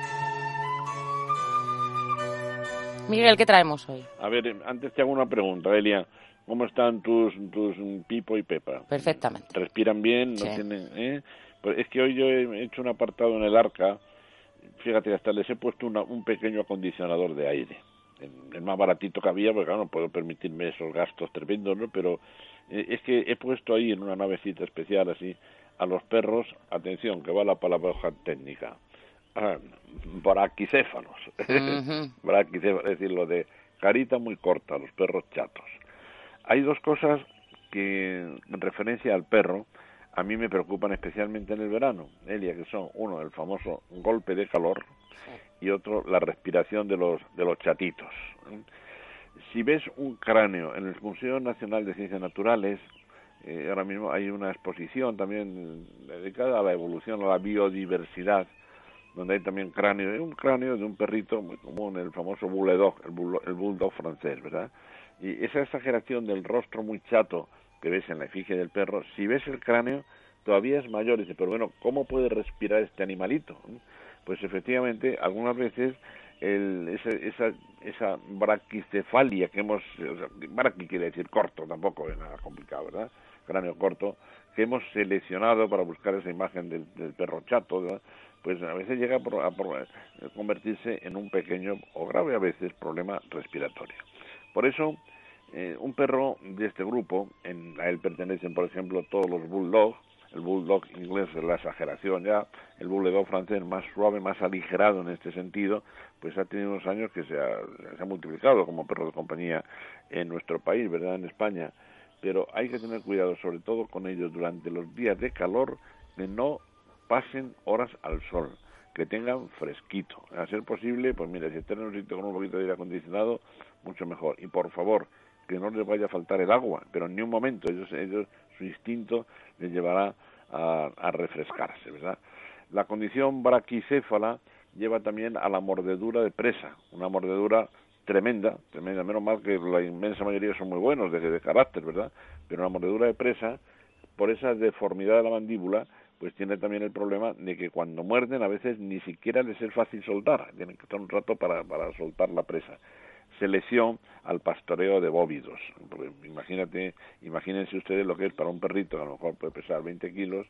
Miguel, ¿qué traemos hoy? A ver, antes te hago una pregunta, Elia. ¿Cómo están tus, tus Pipo y Pepa? Perfectamente. ¿Respiran bien? ¿No Sí. tienen, eh? Pues es que hoy yo he hecho un apartado en el Arca. Fíjate, hasta les he puesto una, un pequeño acondicionador de aire. El más baratito que había, porque claro, no puedo permitirme esos gastos tremendos, ¿no? Pero eh, es que he puesto ahí en una navecita especial así a los perros, atención, que va la palabra técnica, ah, braquicéfalos. Uh-huh. Braquicéfalos, es decir, lo de carita muy corta, los perros chatos. Hay dos cosas que, en referencia al perro, a mí me preocupan especialmente en el verano, Elia, que son, uno, el famoso golpe de calor, y otro, la respiración de los de los chatitos. Si ves un cráneo en el Museo Nacional de Ciencias Naturales, eh, ahora mismo hay una exposición también dedicada a la evolución, a la biodiversidad, donde hay también cráneo, un cráneo de un perrito muy común, el famoso bulldog, el bulldog, el bulldog francés, ¿verdad? Y esa exageración del rostro muy chato que ves en la efigie del perro, si ves el cráneo, todavía es mayor. Dice, pero bueno, ¿cómo puede respirar este animalito? Pues efectivamente, algunas veces el, esa, esa, esa braquicefalia que hemos, o sea, braqui quiere decir corto, tampoco es nada complicado, ¿verdad? Cráneo corto, que hemos seleccionado para buscar esa imagen del, del perro chato, ¿verdad? Pues a veces llega a, por, a, por, a convertirse en un pequeño o grave a veces problema respiratorio. Por eso, eh, un perro de este grupo, en, a él pertenecen, por ejemplo, todos los bulldogs. El bulldog inglés es la exageración ya, el bulldog francés más suave, más aligerado en este sentido, pues ha tenido unos años que se ha, se ha multiplicado como perro de compañía en nuestro país, ¿verdad?, en España. Pero hay que tener cuidado, sobre todo con ellos, durante los días de calor, que no pasen horas al sol, que tengan fresquito. A ser posible, pues mira, si están en un sitio con un poquito de aire acondicionado, mucho mejor. Y por favor, que no les vaya a faltar el agua, pero en ni un momento, ellos, ellos su instinto les llevará a, a refrescarse, ¿verdad? La condición braquicéfala lleva también a la mordedura de presa, una mordedura tremenda, tremenda, menos mal que la inmensa mayoría son muy buenos de, de carácter, ¿verdad? Pero una mordedura de presa, por esa deformidad de la mandíbula, pues tiene también el problema de que cuando muerden a veces ni siquiera les es fácil soltar, tienen que estar un rato para, para soltar la presa. Selección al pastoreo de bóvidos. Porque imagínate, imagínense ustedes lo que es para un perrito, que a lo mejor puede pesar veinte kilos,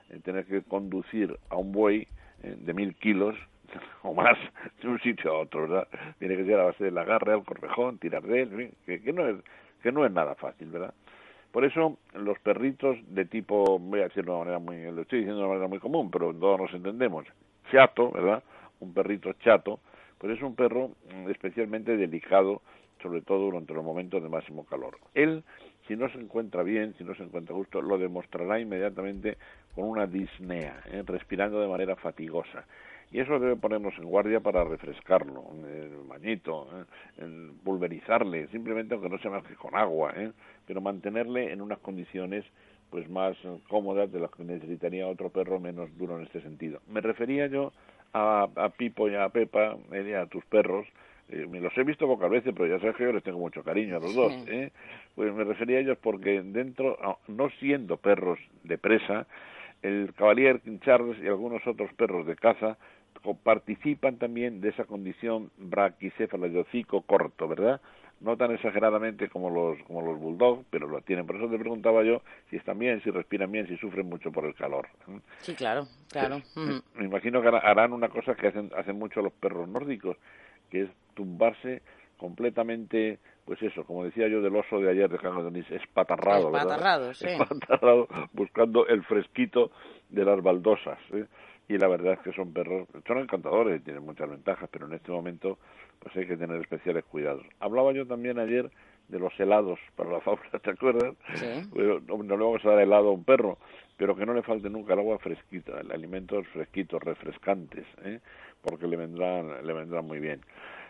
eh, tener que conducir a un buey eh, de mil kilos o más de un sitio a otro, ¿verdad? Tiene que ser a base del agarre al corvejón, tirar de él, en fin, que, que no es que no es nada fácil, ¿verdad? Por eso los perritos de tipo, voy a decirlo de una manera muy, lo estoy diciendo de una manera muy común, pero todos nos entendemos, chato, ¿verdad? Un perrito chato, pues es un perro especialmente delicado, sobre todo durante los momentos de máximo calor. Él, si no se encuentra bien, si no se encuentra a gusto, lo demostrará inmediatamente con una disnea, ¿eh? respirando de manera fatigosa. Y eso debe ponernos en guardia para refrescarlo, el bañito, ¿eh? el pulverizarle, simplemente aunque no sea más que con agua, ¿eh? pero mantenerle en unas condiciones pues más cómodas de las que necesitaría otro perro menos duro en este sentido. Me refería yo a, a Pipo y a Pepa, eh, a tus perros. Eh, me los he visto pocas veces, pero ya sabes que yo les tengo mucho cariño a los dos, ¿eh? Pues me refería a ellos porque dentro, no siendo perros de presa, el Cavalier King Charles y algunos otros perros de caza participan también de esa condición braquicéfala de hocico corto, ¿verdad? No tan exageradamente como los como los bulldog, pero lo tienen. Por eso te preguntaba yo si están bien, si respiran bien, si sufren mucho por el calor. Sí, claro, claro. Sí, uh-huh. Me imagino que harán una cosa que hacen hacen mucho los perros nórdicos, que es tumbarse completamente, pues eso, como decía yo del oso de ayer de Canadonís, espatarrado, espatarrado, ¿verdad? Sí. Espatarrado, buscando el fresquito de las baldosas, ¿eh? Y la verdad es que son perros, son encantadores y tienen muchas ventajas, pero en este momento pues hay que tener especiales cuidados. Hablaba yo también ayer de los helados para la fauna, ¿te acuerdas? Sí. Pues no, no le vamos a dar helado a un perro, pero que no le falte nunca el agua fresquita, el alimentos fresquitos, refrescantes, ¿eh? Porque le vendrán, le vendrán muy bien.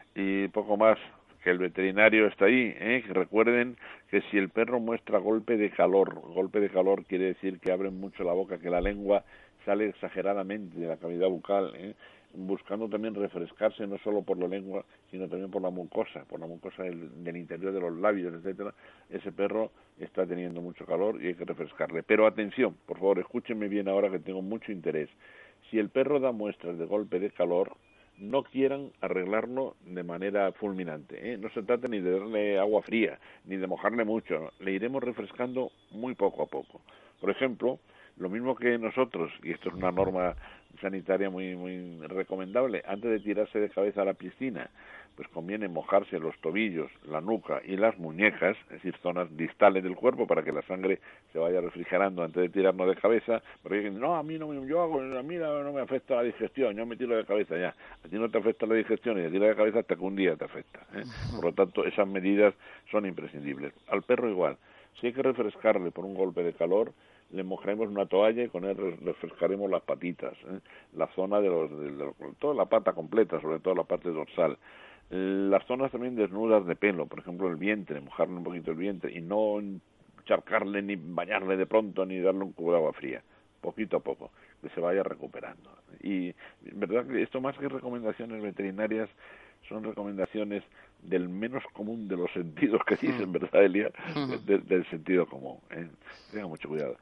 Y poco más, que el veterinario está ahí, ¿eh? Que recuerden que si el perro muestra golpe de calor, golpe de calor quiere decir que abre mucho la boca, que la lengua sale exageradamente de la cavidad bucal, ¿eh? buscando también refrescarse no solo por la lengua, sino también por la mucosa, por la mucosa del, del interior de los labios, etcétera. Ese perro está teniendo mucho calor y hay que refrescarle. Pero atención, por favor, escúchenme bien ahora que tengo mucho interés. Si el perro da muestras de golpe de calor, no quieran arreglarlo de manera fulminante, ¿eh? No se trata ni de darle agua fría, ni de mojarle mucho, ¿no? Le iremos refrescando muy poco a poco. Por ejemplo, lo mismo que nosotros, y esto es una norma sanitaria muy muy recomendable, antes de tirarse de cabeza a la piscina, pues conviene mojarse los tobillos, la nuca y las muñecas, es decir, zonas distales del cuerpo para que la sangre se vaya refrigerando antes de tirarnos de cabeza, porque dicen, no, a mí no me, yo hago, a mí no me afecta la digestión, yo me tiro de cabeza ya, a ti no te afecta la digestión y te tiras de cabeza hasta que un día te afecta, ¿eh? Por lo tanto, esas medidas son imprescindibles. Al perro igual, si hay que refrescarle por un golpe de calor, le mojaremos una toalla y con él refrescaremos las patitas, ¿eh? La zona de los, de los, toda la pata completa, sobre todo la parte dorsal. Las zonas también desnudas de pelo, por ejemplo el vientre, mojarle un poquito el vientre y no charcarle ni bañarle de pronto ni darle un cubo de agua fría, poquito a poco, que se vaya recuperando. Y verdad que esto más que recomendaciones veterinarias son recomendaciones del menos común de los sentidos que dicen, ¿verdad, Elia? De, del sentido común, ¿eh? Tenga mucho cuidado.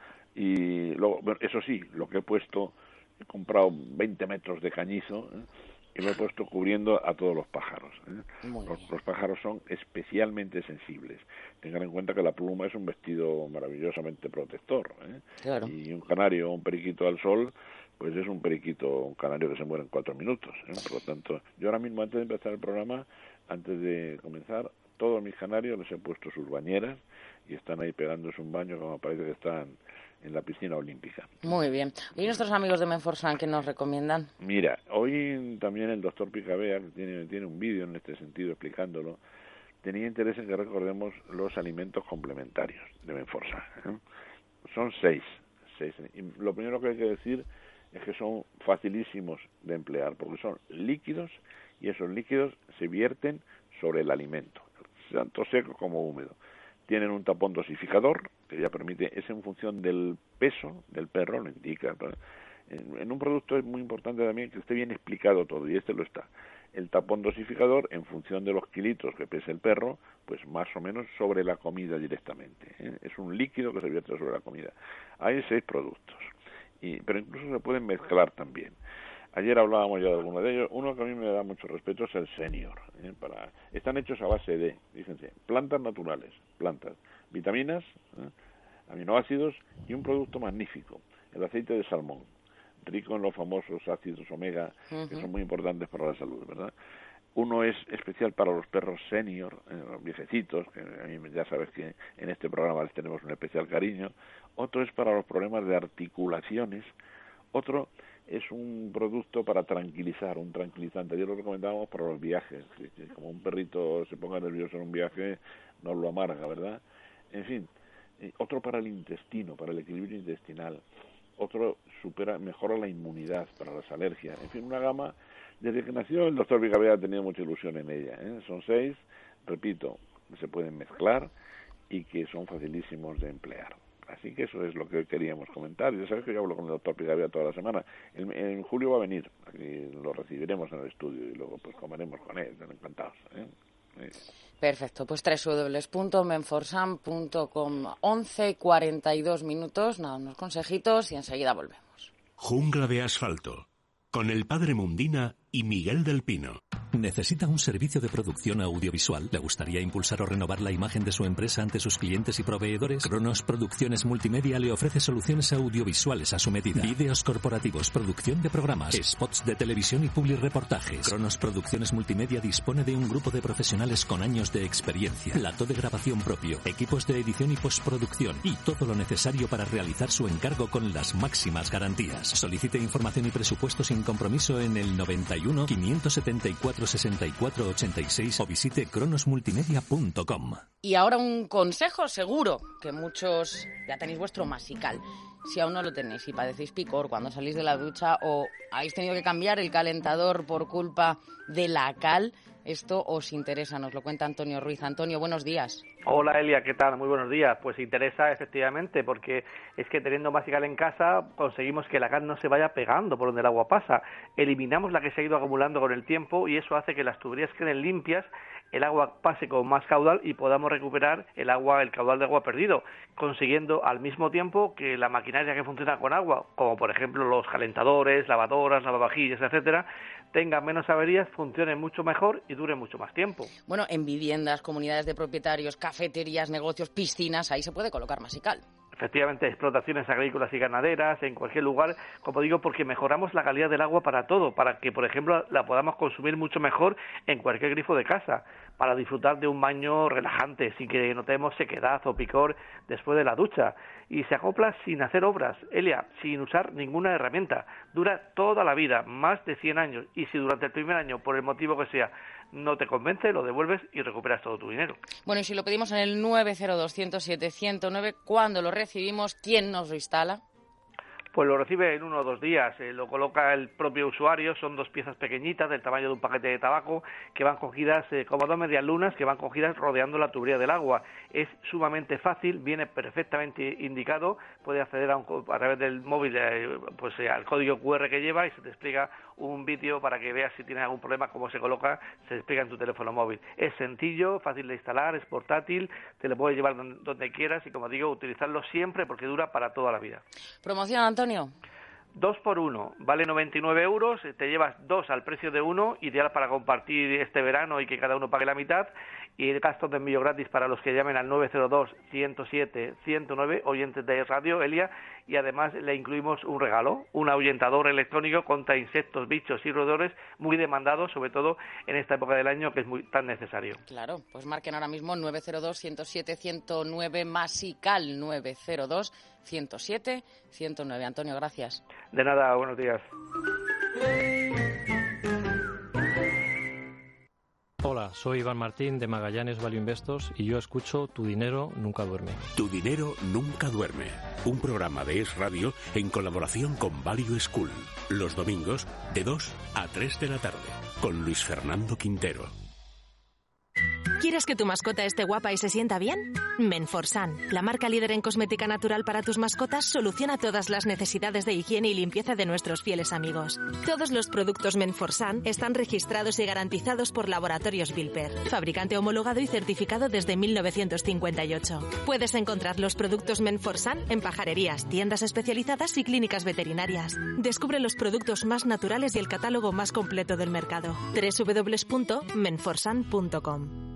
Y luego, bueno, eso sí, lo que he puesto, he comprado veinte metros de cañizo, ¿eh? Y lo he puesto cubriendo a todos los pájaros, ¿eh? Los, los pájaros son especialmente sensibles. Tengan en cuenta que la pluma es un vestido maravillosamente protector, ¿eh? Claro. Y un canario o un periquito al sol, pues es un periquito, un canario que se muere en cuatro minutos, ¿eh? Por lo tanto, yo ahora mismo antes de empezar el programa, antes de comenzar, todos mis canarios les he puesto sus bañeras y están ahí pegándose un baño como parece que están en la piscina olímpica. Muy bien. ¿Y nuestros amigos de Menforsan qué nos recomiendan? Mira, hoy también el doctor Picabea, que tiene, tiene un vídeo en este sentido explicándolo, tenía interés en que recordemos los alimentos complementarios de Menforsan, ¿eh? Son seis, seis. Y lo primero que hay que decir es que son facilísimos de emplear, porque son líquidos y esos líquidos se vierten sobre el alimento, tanto seco como húmedo. Tienen un tapón dosificador, que ya permite, es en función del peso del perro, lo indica. En, en un producto es muy importante también que esté bien explicado todo, y este lo está. El tapón dosificador, en función de los kilitos que pese el perro, pues más o menos sobre la comida directamente, ¿eh? Es un líquido que se vierte sobre la comida. Hay seis productos, y, pero incluso se pueden mezclar también. Ayer hablábamos ya de alguno de ellos. Uno que a mí me da mucho respeto es el Senior, ¿eh? Para, están hechos a base de, fíjense, plantas naturales, plantas, vitaminas, ¿eh? aminoácidos y un producto magnífico. el aceite de salmón, rico en los famosos ácidos omega, uh-huh. que son muy importantes para la salud, ¿verdad? Uno es especial para los perros senior, eh, los viejecitos, que a mí ya sabes que en este programa les tenemos un especial cariño. Otro es para los problemas de articulaciones. Otro es un producto para tranquilizar, un tranquilizante. Yo lo recomendábamos para los viajes, que, que como un perrito se ponga nervioso en un viaje, no lo amarga, ¿verdad? En fin, eh, otro para el intestino, para el equilibrio intestinal. Otro supera, mejora la inmunidad para las alergias. En fin, una gama. Desde que nació el doctor Vigavea ha tenido mucha ilusión en ella, ¿eh? Son seis, repito, que se pueden mezclar y que son facilísimos de emplear. Así que eso es lo que hoy queríamos comentar. Ya sabes que yo hablo con el doctor Vigavea toda la semana. En, en julio va a venir, aquí lo recibiremos en el estudio y luego pues comeremos con él, están encantados, ¿eh? Perfecto, pues doble u doble u doble u punto menforsan punto com. once cuarenta y dos minutos, nada, unos consejitos y enseguida volvemos. Jungla de asfalto, con el padre Mundina y Miguel del Pino. ¿Necesita un servicio de producción audiovisual? ¿Le gustaría impulsar o renovar la imagen de su empresa ante sus clientes y proveedores? Cronos Producciones Multimedia le ofrece soluciones audiovisuales a su medida. Vídeos corporativos, producción de programas, spots de televisión y publireportajes. Cronos Producciones Multimedia dispone de un grupo de profesionales con años de experiencia, plató de grabación propio, equipos de edición y postproducción y todo lo necesario para realizar su encargo con las máximas garantías. Solicite información y presupuesto sin compromiso en el noventa y uno, quinientos setenta y cuatro, sesenta y cuatro ochenta y seis o visite cronos multimedia punto com. Y ahora un consejo seguro, que muchos ya tenéis vuestro masical. Si aún no lo tenéis y padecéis picor cuando salís de la ducha o habéis tenido que cambiar el calentador por culpa de la cal, esto os interesa, nos lo cuenta Antonio Ruiz. Antonio, buenos días. Hola Elia, ¿qué tal? Muy buenos días. Pues interesa efectivamente porque es que teniendo masical en casa conseguimos que la cal no se vaya pegando por donde el agua pasa. Eliminamos la que se ha ido acumulando con el tiempo y eso hace que las tuberías queden limpias, el agua pase con más caudal y podamos recuperar el agua, el caudal de agua perdido, consiguiendo al mismo tiempo que la maquinaria que funciona con agua, como por ejemplo los calentadores, lavadoras, lavavajillas, etcétera, tengan menos averías, funcionen mucho mejor y duren mucho más tiempo. Bueno, en viviendas, comunidades de propietarios, cafeterías, negocios, piscinas, ahí se puede colocar masical. Efectivamente, explotaciones agrícolas y ganaderas, en cualquier lugar, como digo, porque mejoramos la calidad del agua para todo, para que, por ejemplo, la podamos consumir mucho mejor en cualquier grifo de casa, para disfrutar de un baño relajante, sin que notemos sequedad o picor después de la ducha. Y se acopla sin hacer obras, Elia, sin usar ninguna herramienta. Dura toda la vida, más de cien años, y si durante el primer año, por el motivo que sea, no te convence, lo devuelves y recuperas todo tu dinero. Bueno, y si lo pedimos en el nueve cero dos, ciento siete, ciento nueve, ¿cuándo lo recibimos? ¿Quién nos lo instala? Pues lo recibe en uno o dos días, eh, lo coloca el propio usuario, son dos piezas pequeñitas del tamaño de un paquete de tabaco que van cogidas eh, como dos medias lunas que van cogidas rodeando la tubería del agua. Es sumamente fácil, viene perfectamente indicado, puede acceder a, un, a través del móvil eh, pues eh, al código cu erre que lleva y se te explica un vídeo para que veas si tienes algún problema, cómo se coloca, se explica en tu teléfono móvil. Es sencillo, fácil de instalar, es portátil, te lo puedes llevar donde, donde quieras y como digo, utilizarlo siempre porque dura para toda la vida. Promoción, Antonio. Dos por uno, vale noventa y nueve euros, te llevas dos al precio de uno, ideal para compartir este verano y que cada uno pague la mitad, y el gasto de envío gratis para los que llamen al nueve cero dos, ciento siete, ciento nueve, oyentes de radio, Elia, y además le incluimos un regalo, un ahuyentador electrónico contra insectos, bichos y roedores, muy demandado, sobre todo en esta época del año que es muy tan necesario. Claro, pues marquen ahora mismo nueve cero dos, ciento siete, ciento nueve, Masical nueve cero dos, ciento siete, ciento nueve. Antonio, gracias. De nada, buenos días. Hola, soy Iván Martín de Magallanes Value Investors y yo escucho Tu Dinero Nunca Duerme. Tu Dinero Nunca Duerme, un programa de Es Radio en colaboración con Value School, los domingos de dos a tres de la tarde, con Luis Fernando Quintero. ¿Quieres que tu mascota esté guapa y se sienta bien? Menforsan, la marca líder en cosmética natural para tus mascotas, soluciona todas las necesidades de higiene y limpieza de nuestros fieles amigos. Todos los productos Menforsan están registrados y garantizados por Laboratorios Bilper, fabricante homologado y certificado desde mil novecientos cincuenta y ocho. Puedes encontrar los productos Menforsan en pajarerías, tiendas especializadas y clínicas veterinarias. Descubre los productos más naturales y el catálogo más completo del mercado. doble u doble u doble u punto menforsan punto com.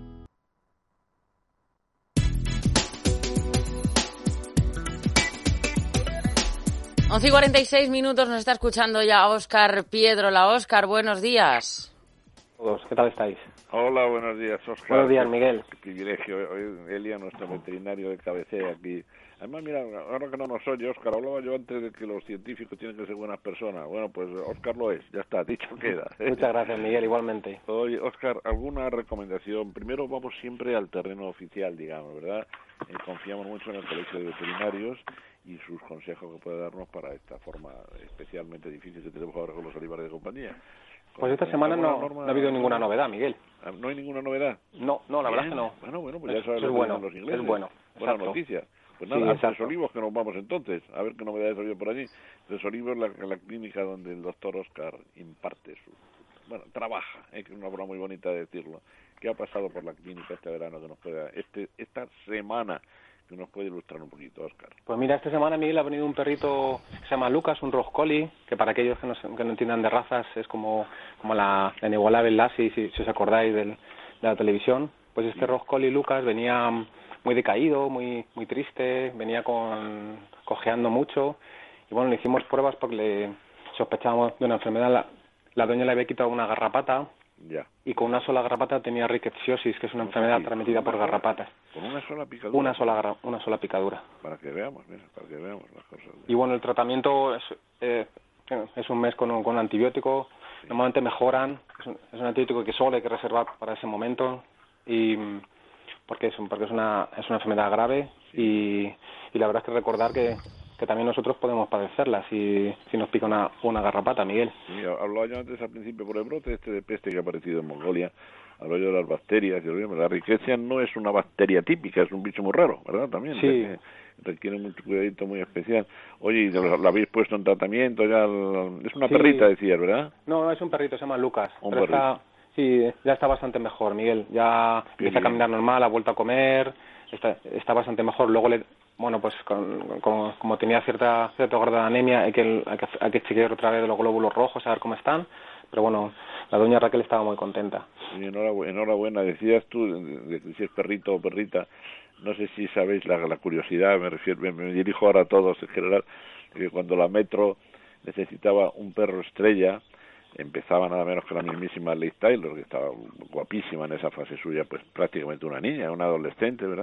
once y cuarenta y seis minutos, nos está escuchando ya Óscar Piedrola. Óscar, buenos días. Todos, ¿qué tal estáis? Hola, buenos días, Óscar. Buenos días, Miguel. Qué privilegio, hoy Elia, nuestro veterinario de cabecera aquí. Además, mira, ahora que no nos oye, Óscar, hablaba yo antes de que los científicos tienen que ser buenas personas. Bueno, pues Óscar lo es, ya está, dicho queda. Muchas gracias, Miguel, igualmente. Oye, Óscar, ¿alguna recomendación? Primero vamos siempre al terreno oficial, digamos, ¿verdad? Eh, confiamos mucho en el Colegio de Veterinarios y sus consejos que puede darnos para esta forma especialmente difícil que tenemos ahora con los olivares de compañía. Pues esta semana no, norma, no ha habido ninguna novedad, Miguel. ¿No hay ninguna novedad? No, no, la Bien. verdad es que no. Bueno, bueno, pues ya sabes es lo que bueno, dicen los ingleses. Es bueno, Buena exacto. noticia. Pues nada, sí, a Tres Olivos que nos vamos entonces, a ver qué novedades ha habido por allí. Tres Olivos, la, la clínica donde el doctor Óscar imparte su... Bueno, trabaja, ¿eh? Que es una forma muy bonita de decirlo. ¿Qué ha pasado por la clínica este verano que nos pueda... Este, esta semana que nos puede ilustrar un poquito, Óscar? Pues mira, esta semana, Miguel, ha venido un perrito que se llama Lucas, un Roscoli, que para aquellos que no, que no entiendan de razas es como, como la, la inigualable Lassie, si, si os acordáis del, de la televisión. Pues este sí. Roscoli Lucas venía muy decaído, muy muy triste, venía con cojeando mucho y bueno, le hicimos pruebas porque le sospechábamos de una enfermedad. La, la doña le había quitado una garrapata ya. Y con una sola garrapata tenía rickettsiosis, que es una enfermedad sí, transmitida por garrapatas. ¿Con una sola picadura? Una sola una sola picadura. Para que veamos, mira, para que veamos las cosas. Y bueno, el tratamiento es eh, es un mes con un, con un antibiótico. Sí. Normalmente mejoran. Es un, es un antibiótico que solo hay que reservar para ese momento y porque es porque es una es una enfermedad grave sí. y, y la verdad es que recordar que, que también nosotros podemos padecerla si si nos pica una una garrapata, Miguel. Sí, hablaba yo antes al principio por el brote este de peste que ha aparecido en Mongolia. Hablaba yo de las bacterias, la riqueza no es una bacteria típica, es un bicho muy raro, ¿verdad? También sí. requiere mucho cuidadito muy especial. Oye, ¿la habéis puesto en tratamiento ya? Es una sí. perrita, decías, ¿verdad? No, es un perrito, se llama Lucas. Un pero perrito. Está... Sí, ya está bastante mejor, Miguel. Ya Qué empieza bien. a caminar normal, ha vuelto a comer, está, está bastante mejor. Luego, le, bueno, pues con, con, como tenía cierta cierto grado de anemia, hay que, hay que, hay que chequear otra vez los glóbulos rojos, a ver cómo están. Pero bueno, la doña Raquel estaba muy contenta. Y enhorabuena, enhorabuena. Decías tú, de, de, si es perrito o perrita, no sé si sabéis la, la curiosidad, me refiero, me, me dirijo ahora a todos en general, que cuando la Metro necesitaba un perro estrella, empezaba nada menos que la mismísima Liz Taylor, que estaba guapísima en esa fase suya, pues prácticamente una niña, una adolescente, ¿verdad?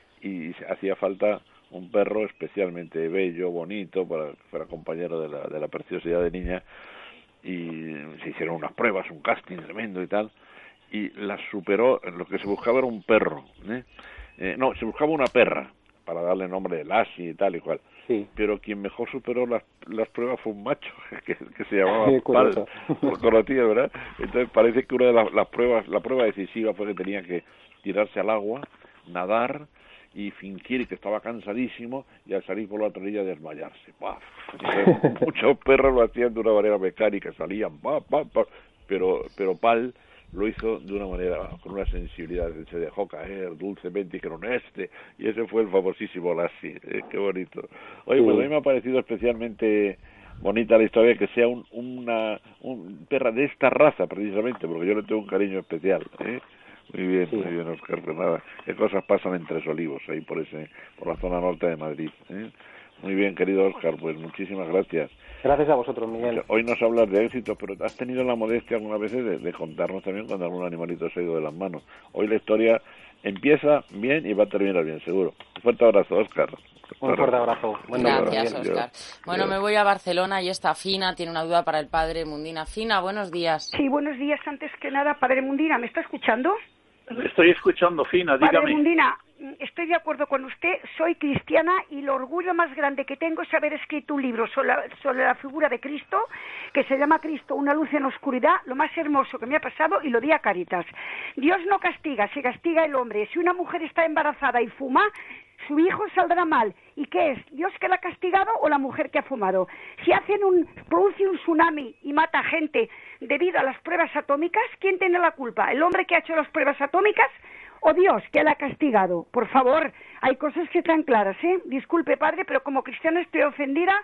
Y hacía falta un perro especialmente bello, bonito, para que fuera compañero de la, de la preciosidad de niña, y se hicieron unas pruebas, un casting tremendo y tal, y la superó, lo que se buscaba era un perro, ¿eh? Eh, no, se buscaba una perra, para darle nombre de Lassie y tal y cual. Sí. Pero quien mejor superó las, las pruebas fue un macho que, que se llamaba Pal, conocido, ¿verdad? Entonces parece que una de las, las pruebas, la prueba decisiva fue que tenía que tirarse al agua, nadar y fingir que estaba cansadísimo y al salir por la otra orilla desmayarse. ¡Paf! Entonces, muchos perros lo hacían de una manera mecánica, salían, ¡paf, paf, paf! pero pero Pal lo hizo de una manera, con una sensibilidad, se dejó caer dulcemente y con este, y ese fue el famosísimo Lassie, ¿eh? Qué bonito. Oye, sí. Pues a mí me ha parecido especialmente bonita la historia que sea un, una un perra de esta raza, precisamente, porque yo le tengo un cariño especial, ¿eh? Muy bien, sí. Muy bien, Óscar, pues nada, qué cosas pasan en Tres Olivos, ahí por ese, por la zona norte de Madrid, ¿eh? Muy bien, querido Óscar, pues muchísimas gracias. Gracias a vosotros, Miguel. Hoy nos hablas de éxito, pero has tenido la modestia algunas veces de, de contarnos también cuando algún animalito se ha ido de las manos. Hoy la historia empieza bien y va a terminar bien, seguro. Un fuerte abrazo, Óscar. Un fuerte abrazo. Buen Gracias, Óscar. Bueno, me voy a Barcelona y está Fina, tiene una duda para el padre Mundina. Fina, buenos días. Sí, buenos días. Antes que nada, padre Mundina, ¿me está escuchando? Estoy escuchando, Fina, dígame. Padre Mundina, estoy de acuerdo con usted, soy cristiana y el orgullo más grande que tengo es haber escrito un libro sobre la, sobre la figura de Cristo, que se llama Cristo, una luz en la oscuridad, lo más hermoso que me ha pasado, y lo di a Cáritas. Dios no castiga, se castiga el hombre. Si una mujer está embarazada y fuma, su hijo saldrá mal. ¿Y qué es? ¿Dios que la ha castigado o la mujer que ha fumado? Si hacen un, produce un tsunami y mata gente debido a las pruebas atómicas, ¿quién tiene la culpa? ¿El hombre que ha hecho las pruebas atómicas o Dios que la ha castigado? Por favor, hay cosas que están claras, ¿eh? Disculpe, padre, pero como cristiana estoy ofendida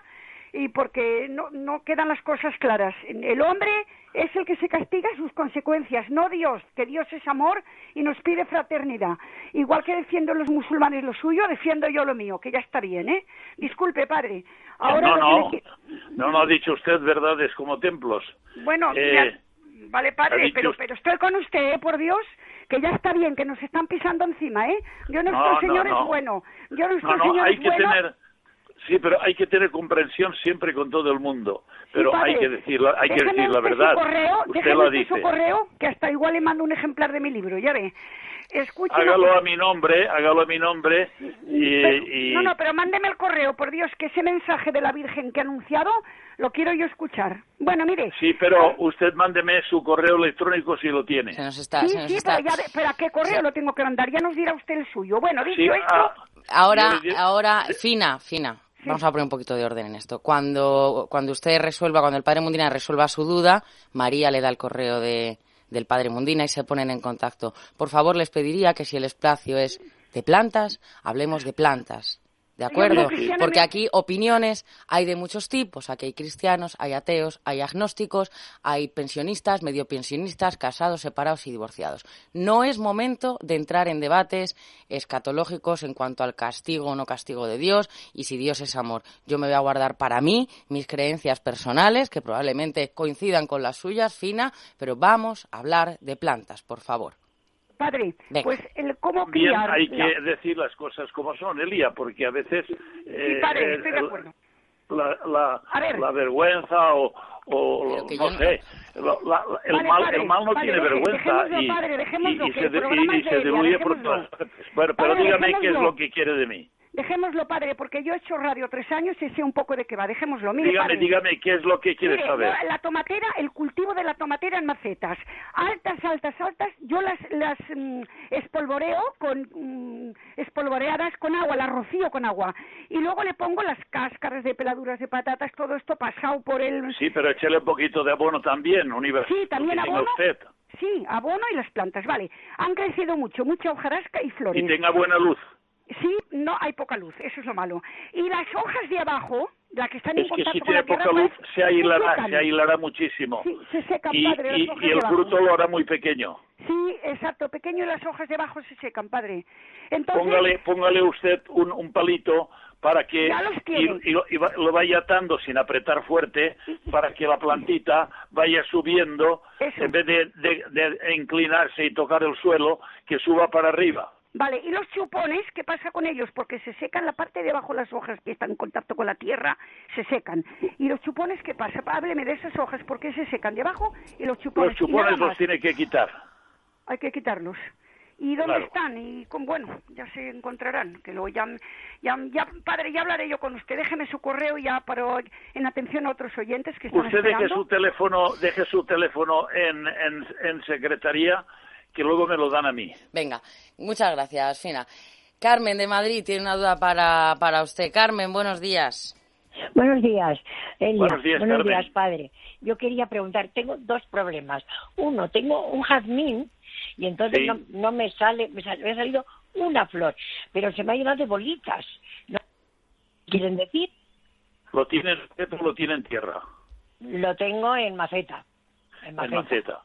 y porque no, no quedan las cosas claras. El hombre es el que se castiga sus consecuencias, no Dios, que Dios es amor y nos pide fraternidad. Igual que defiendo los musulmanes lo suyo, defiendo yo lo mío, que ya está bien, ¿eh? Disculpe, padre. Ahora no, no, que... no, no ha dicho usted verdades como templos. Bueno, eh, ya... vale, padre, dicho... pero, pero estoy con usted, ¿eh? Por Dios, que ya está bien, que nos están pisando encima, ¿eh? Yo nuestro no, Señor no, no. es bueno. Yo nuestro no, no, Señor hay es que bueno. tener... Sí, pero hay que tener comprensión siempre con todo el mundo. Pero Sí, padre, hay que decir la, hay que déjeme decir la usted verdad. Su correo, usted déjeme la usted dice. su correo, que hasta igual le mando un ejemplar de mi libro, ya ve. Escuche Hágalo una... a mi nombre, hágalo a mi nombre y, Pero, y... No, no, pero mándeme el correo, por Dios, que ese mensaje de la Virgen que ha anunciado lo quiero yo escuchar. Bueno, mire. Sí, pero usted mándeme su correo electrónico si lo tiene. Se nos está, Sí, se nos sí, está... pero, ya ve- pero ¿a qué correo lo tengo que mandar? Ya nos dirá usted el suyo. Bueno, dicho Sí, esto... ah, Ahora, yo- yo- ahora, Fina, Fina, vamos a poner un poquito de orden en esto. Cuando, cuando usted resuelva, cuando el padre Mundina resuelva su duda, María le da el correo de, del padre Mundina y se ponen en contacto. Por favor, les pediría que si el espacio es de plantas, hablemos de plantas. ¿De acuerdo? Porque aquí opiniones hay de muchos tipos. Aquí hay cristianos, hay ateos, hay agnósticos, hay pensionistas, medio pensionistas, casados, separados y divorciados. No es momento de entrar en debates escatológicos en cuanto al castigo o no castigo de Dios y si Dios es amor. Yo me voy a guardar para mí mis creencias personales, que probablemente coincidan con las suyas, Fina, pero vamos a hablar de plantas, por favor. Padre, Venga. pues el cómo Bien, criar... hay la- que decir las cosas como son, Elía, porque a veces... Sí, eh, padre, eh, estoy de acuerdo. La, la, A ver. la vergüenza o, o Pero que no yo no- sé, lo- la- la- el, Vale, mal, padre, el mal no vale, tiene deje- vergüenza dejémoslo, y, padre, dejémoslo, y- y que se, el de- programa y- y es de se ella, diluye por dejémoslo. todas partes. Bueno, pero Padre, dígame qué es dejémoslo. lo que quiere de mí. Dejémoslo, padre, porque yo he hecho radio tres años y sé un poco de qué va. Dejémoslo. Mire, Dígame, padre. dígame qué es lo que quiere Mire, saber. yo, la tomatera, el cultivo de la tomatera en macetas, altas, altas, altas, yo las las mm, espolvoreo con mm, espolvoreadas con agua, las rocío con agua y luego le pongo las cáscaras de peladuras de patatas, todo esto pasado por el... Sí, pero échele un poquito de abono también, universal. Sí, también que tenga abono. usted. Sí, abono y las plantas, vale. Han crecido mucho, mucha hojarasca y flores. Y tenga buena luz. Sí, no hay poca luz, eso es lo malo. Y las hojas de abajo, las que están en Es que contacto si con tiene la tierra, poca luz, pues, se ahilará, secan. se ahilará muchísimo. Sí, se secan, y, padre, las y- hojas y de el abajo. fruto lo hará muy pequeño. Sí, exacto, pequeño y las hojas de abajo se secan, padre. Entonces, Póngale, póngale usted un, un palito para que Ya los y, tiene. y lo, y va- lo vaya atando sin apretar fuerte para que la plantita vaya subiendo Eso. en vez de, de- de inclinarse y tocar el suelo, que suba para arriba. vale, ¿y los chupones qué pasa con ellos? Porque se secan la parte de abajo, las hojas que están en contacto con la tierra, se secan. ¿Y los chupones qué pasa? Hábleme de esas hojas, ¿por qué se secan de abajo? Y los chupones, Los y nada chupones los más. tiene que quitar. Hay que quitarlos. ¿Y dónde Claro. están? Y con, bueno, ya se encontrarán. Que luego ya, ya, ya, padre, ya hablaré yo con usted. Déjeme su correo ya para en atención a otros oyentes que están Usted deje esperando. su teléfono, deje su teléfono en, en, en secretaría, que luego me lo dan a mí. Venga, muchas gracias, Fina. Carmen de Madrid tiene una duda para, para usted. Carmen, buenos días. Buenos días, Elia. Buenos días, Carmen. días, padre. Yo quería preguntar, tengo dos problemas. Uno, tengo un jazmín y entonces Sí. no, no me sale, me, sal- me ha salido una flor, pero se me ha llenado de bolitas. ¿No quieren decir? ¿Lo tiene en maceta o lo tiene en tierra? Lo tengo en maceta. En maceta. En maceta.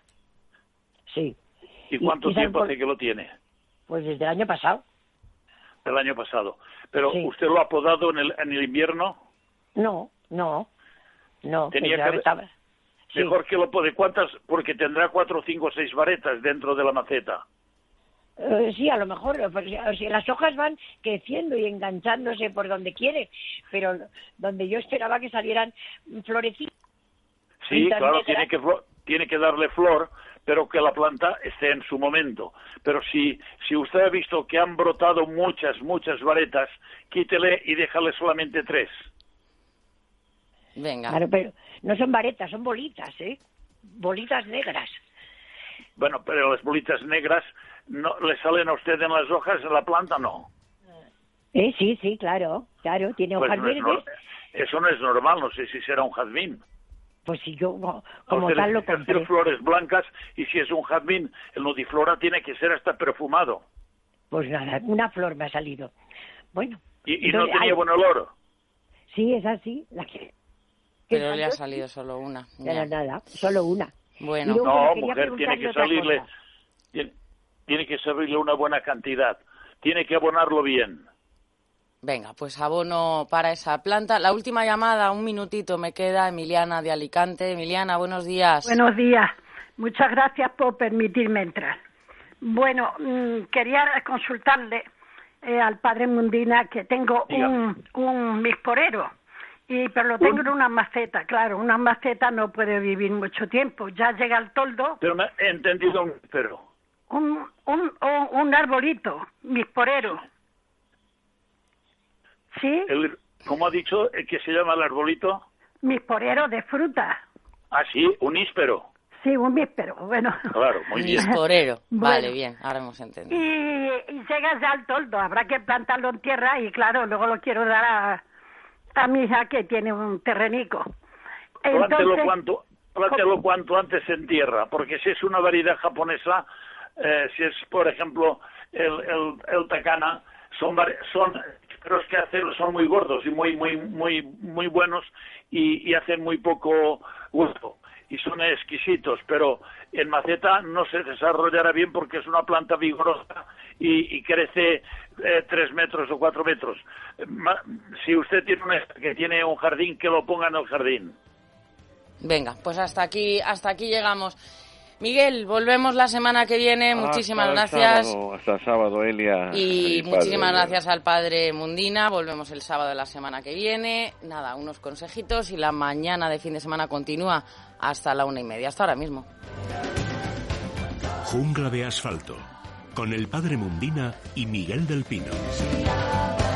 Sí. ¿Y cuánto y saben tiempo por- hace que lo tiene? Pues desde el año pasado. El año pasado. ¿Pero Sí. usted lo ha podado en el, en el invierno? No, no, no. Tenía pensaba que- estaba- sí. Mejor que lo pode. ¿Cuántas? Porque tendrá cuatro, cinco, seis varetas dentro de la maceta. Eh, sí, a lo mejor, pues, o sea, las hojas van creciendo y enganchándose por donde quiere, pero donde yo esperaba que salieran florecitas. Sí, Pintas claro, negras. tiene que, flo- tiene que darle flor, pero que la planta esté en su momento. Pero si, si usted ha visto que han brotado muchas, muchas varetas, quítele y déjale solamente tres. Venga. Claro, pero no son varetas, son bolitas, ¿eh? Bolitas negras. Bueno, pero las bolitas negras no le salen a usted en las hojas, en la planta no. Eh, sí, sí, claro, claro, tiene Pues hojas no es verdes. nor- eso no es normal, no sé si será un jazmín. Pues si yo no, A como usted tal le lo tiene que hacer compré. flores blancas y si es un jazmín, el nudiflora tiene que ser hasta perfumado. Pues nada, una flor me ha salido. Bueno. Y, y no entonces, tenía ay, buen olor. Sí, es así. La que, Pero le ha salido solo una. Nada, nada, solo una. Bueno. No, mujer, tiene que salirle, tiene, tiene que salirle una buena cantidad. Tiene que abonarlo bien. Venga, pues abono para esa planta. La última llamada, un minutito me queda, Emiliana de Alicante. Emiliana, buenos días. Buenos días. Muchas gracias por permitirme entrar. Bueno, mmm, quería consultarle eh, al padre Mundina que tengo un, un misporero, y, pero lo tengo en una maceta, claro, una maceta no puede vivir mucho tiempo, ya llega el toldo. Pero me he entendido un pero. Un, un, un, un arbolito, misporero. ¿Sí? El, ¿Cómo ha dicho que se llama el arbolito? Misporero de fruta. Ah, sí, un íspero. Sí, un míspero, bueno. Claro, muy bien. Misporero, Bueno. vale, bien, ahora hemos entendido. Y, y llega ya al toldo, habrá que plantarlo en tierra y claro, luego lo quiero dar a, a mi hija que tiene un terrenico. Plántelo cuanto, plántelo cuanto antes en tierra, porque si es una variedad japonesa, eh, si es, por ejemplo, el, el, el takana, son, son los que hacen, son muy gordos y muy, muy, muy, muy buenos y, y hacen muy poco gusto. Y son exquisitos, pero en maceta no se desarrollará bien porque es una planta vigorosa y, y crece eh, tres metros o cuatro metros. Ma, si usted tiene una que tiene un jardín, que lo ponga en el jardín. Venga, pues hasta aquí, hasta aquí llegamos. Miguel, volvemos la semana que viene. Muchísimas hasta gracias. El sábado, hasta el sábado, Elia. Y a muchísimas padre, gracias al padre Mundina. Volvemos el sábado de la semana que viene. Nada, unos consejitos y la mañana de fin de semana continúa hasta la una y media. Hasta ahora mismo. Jungla de asfalto, con el padre Mundina y Miguel del Pino.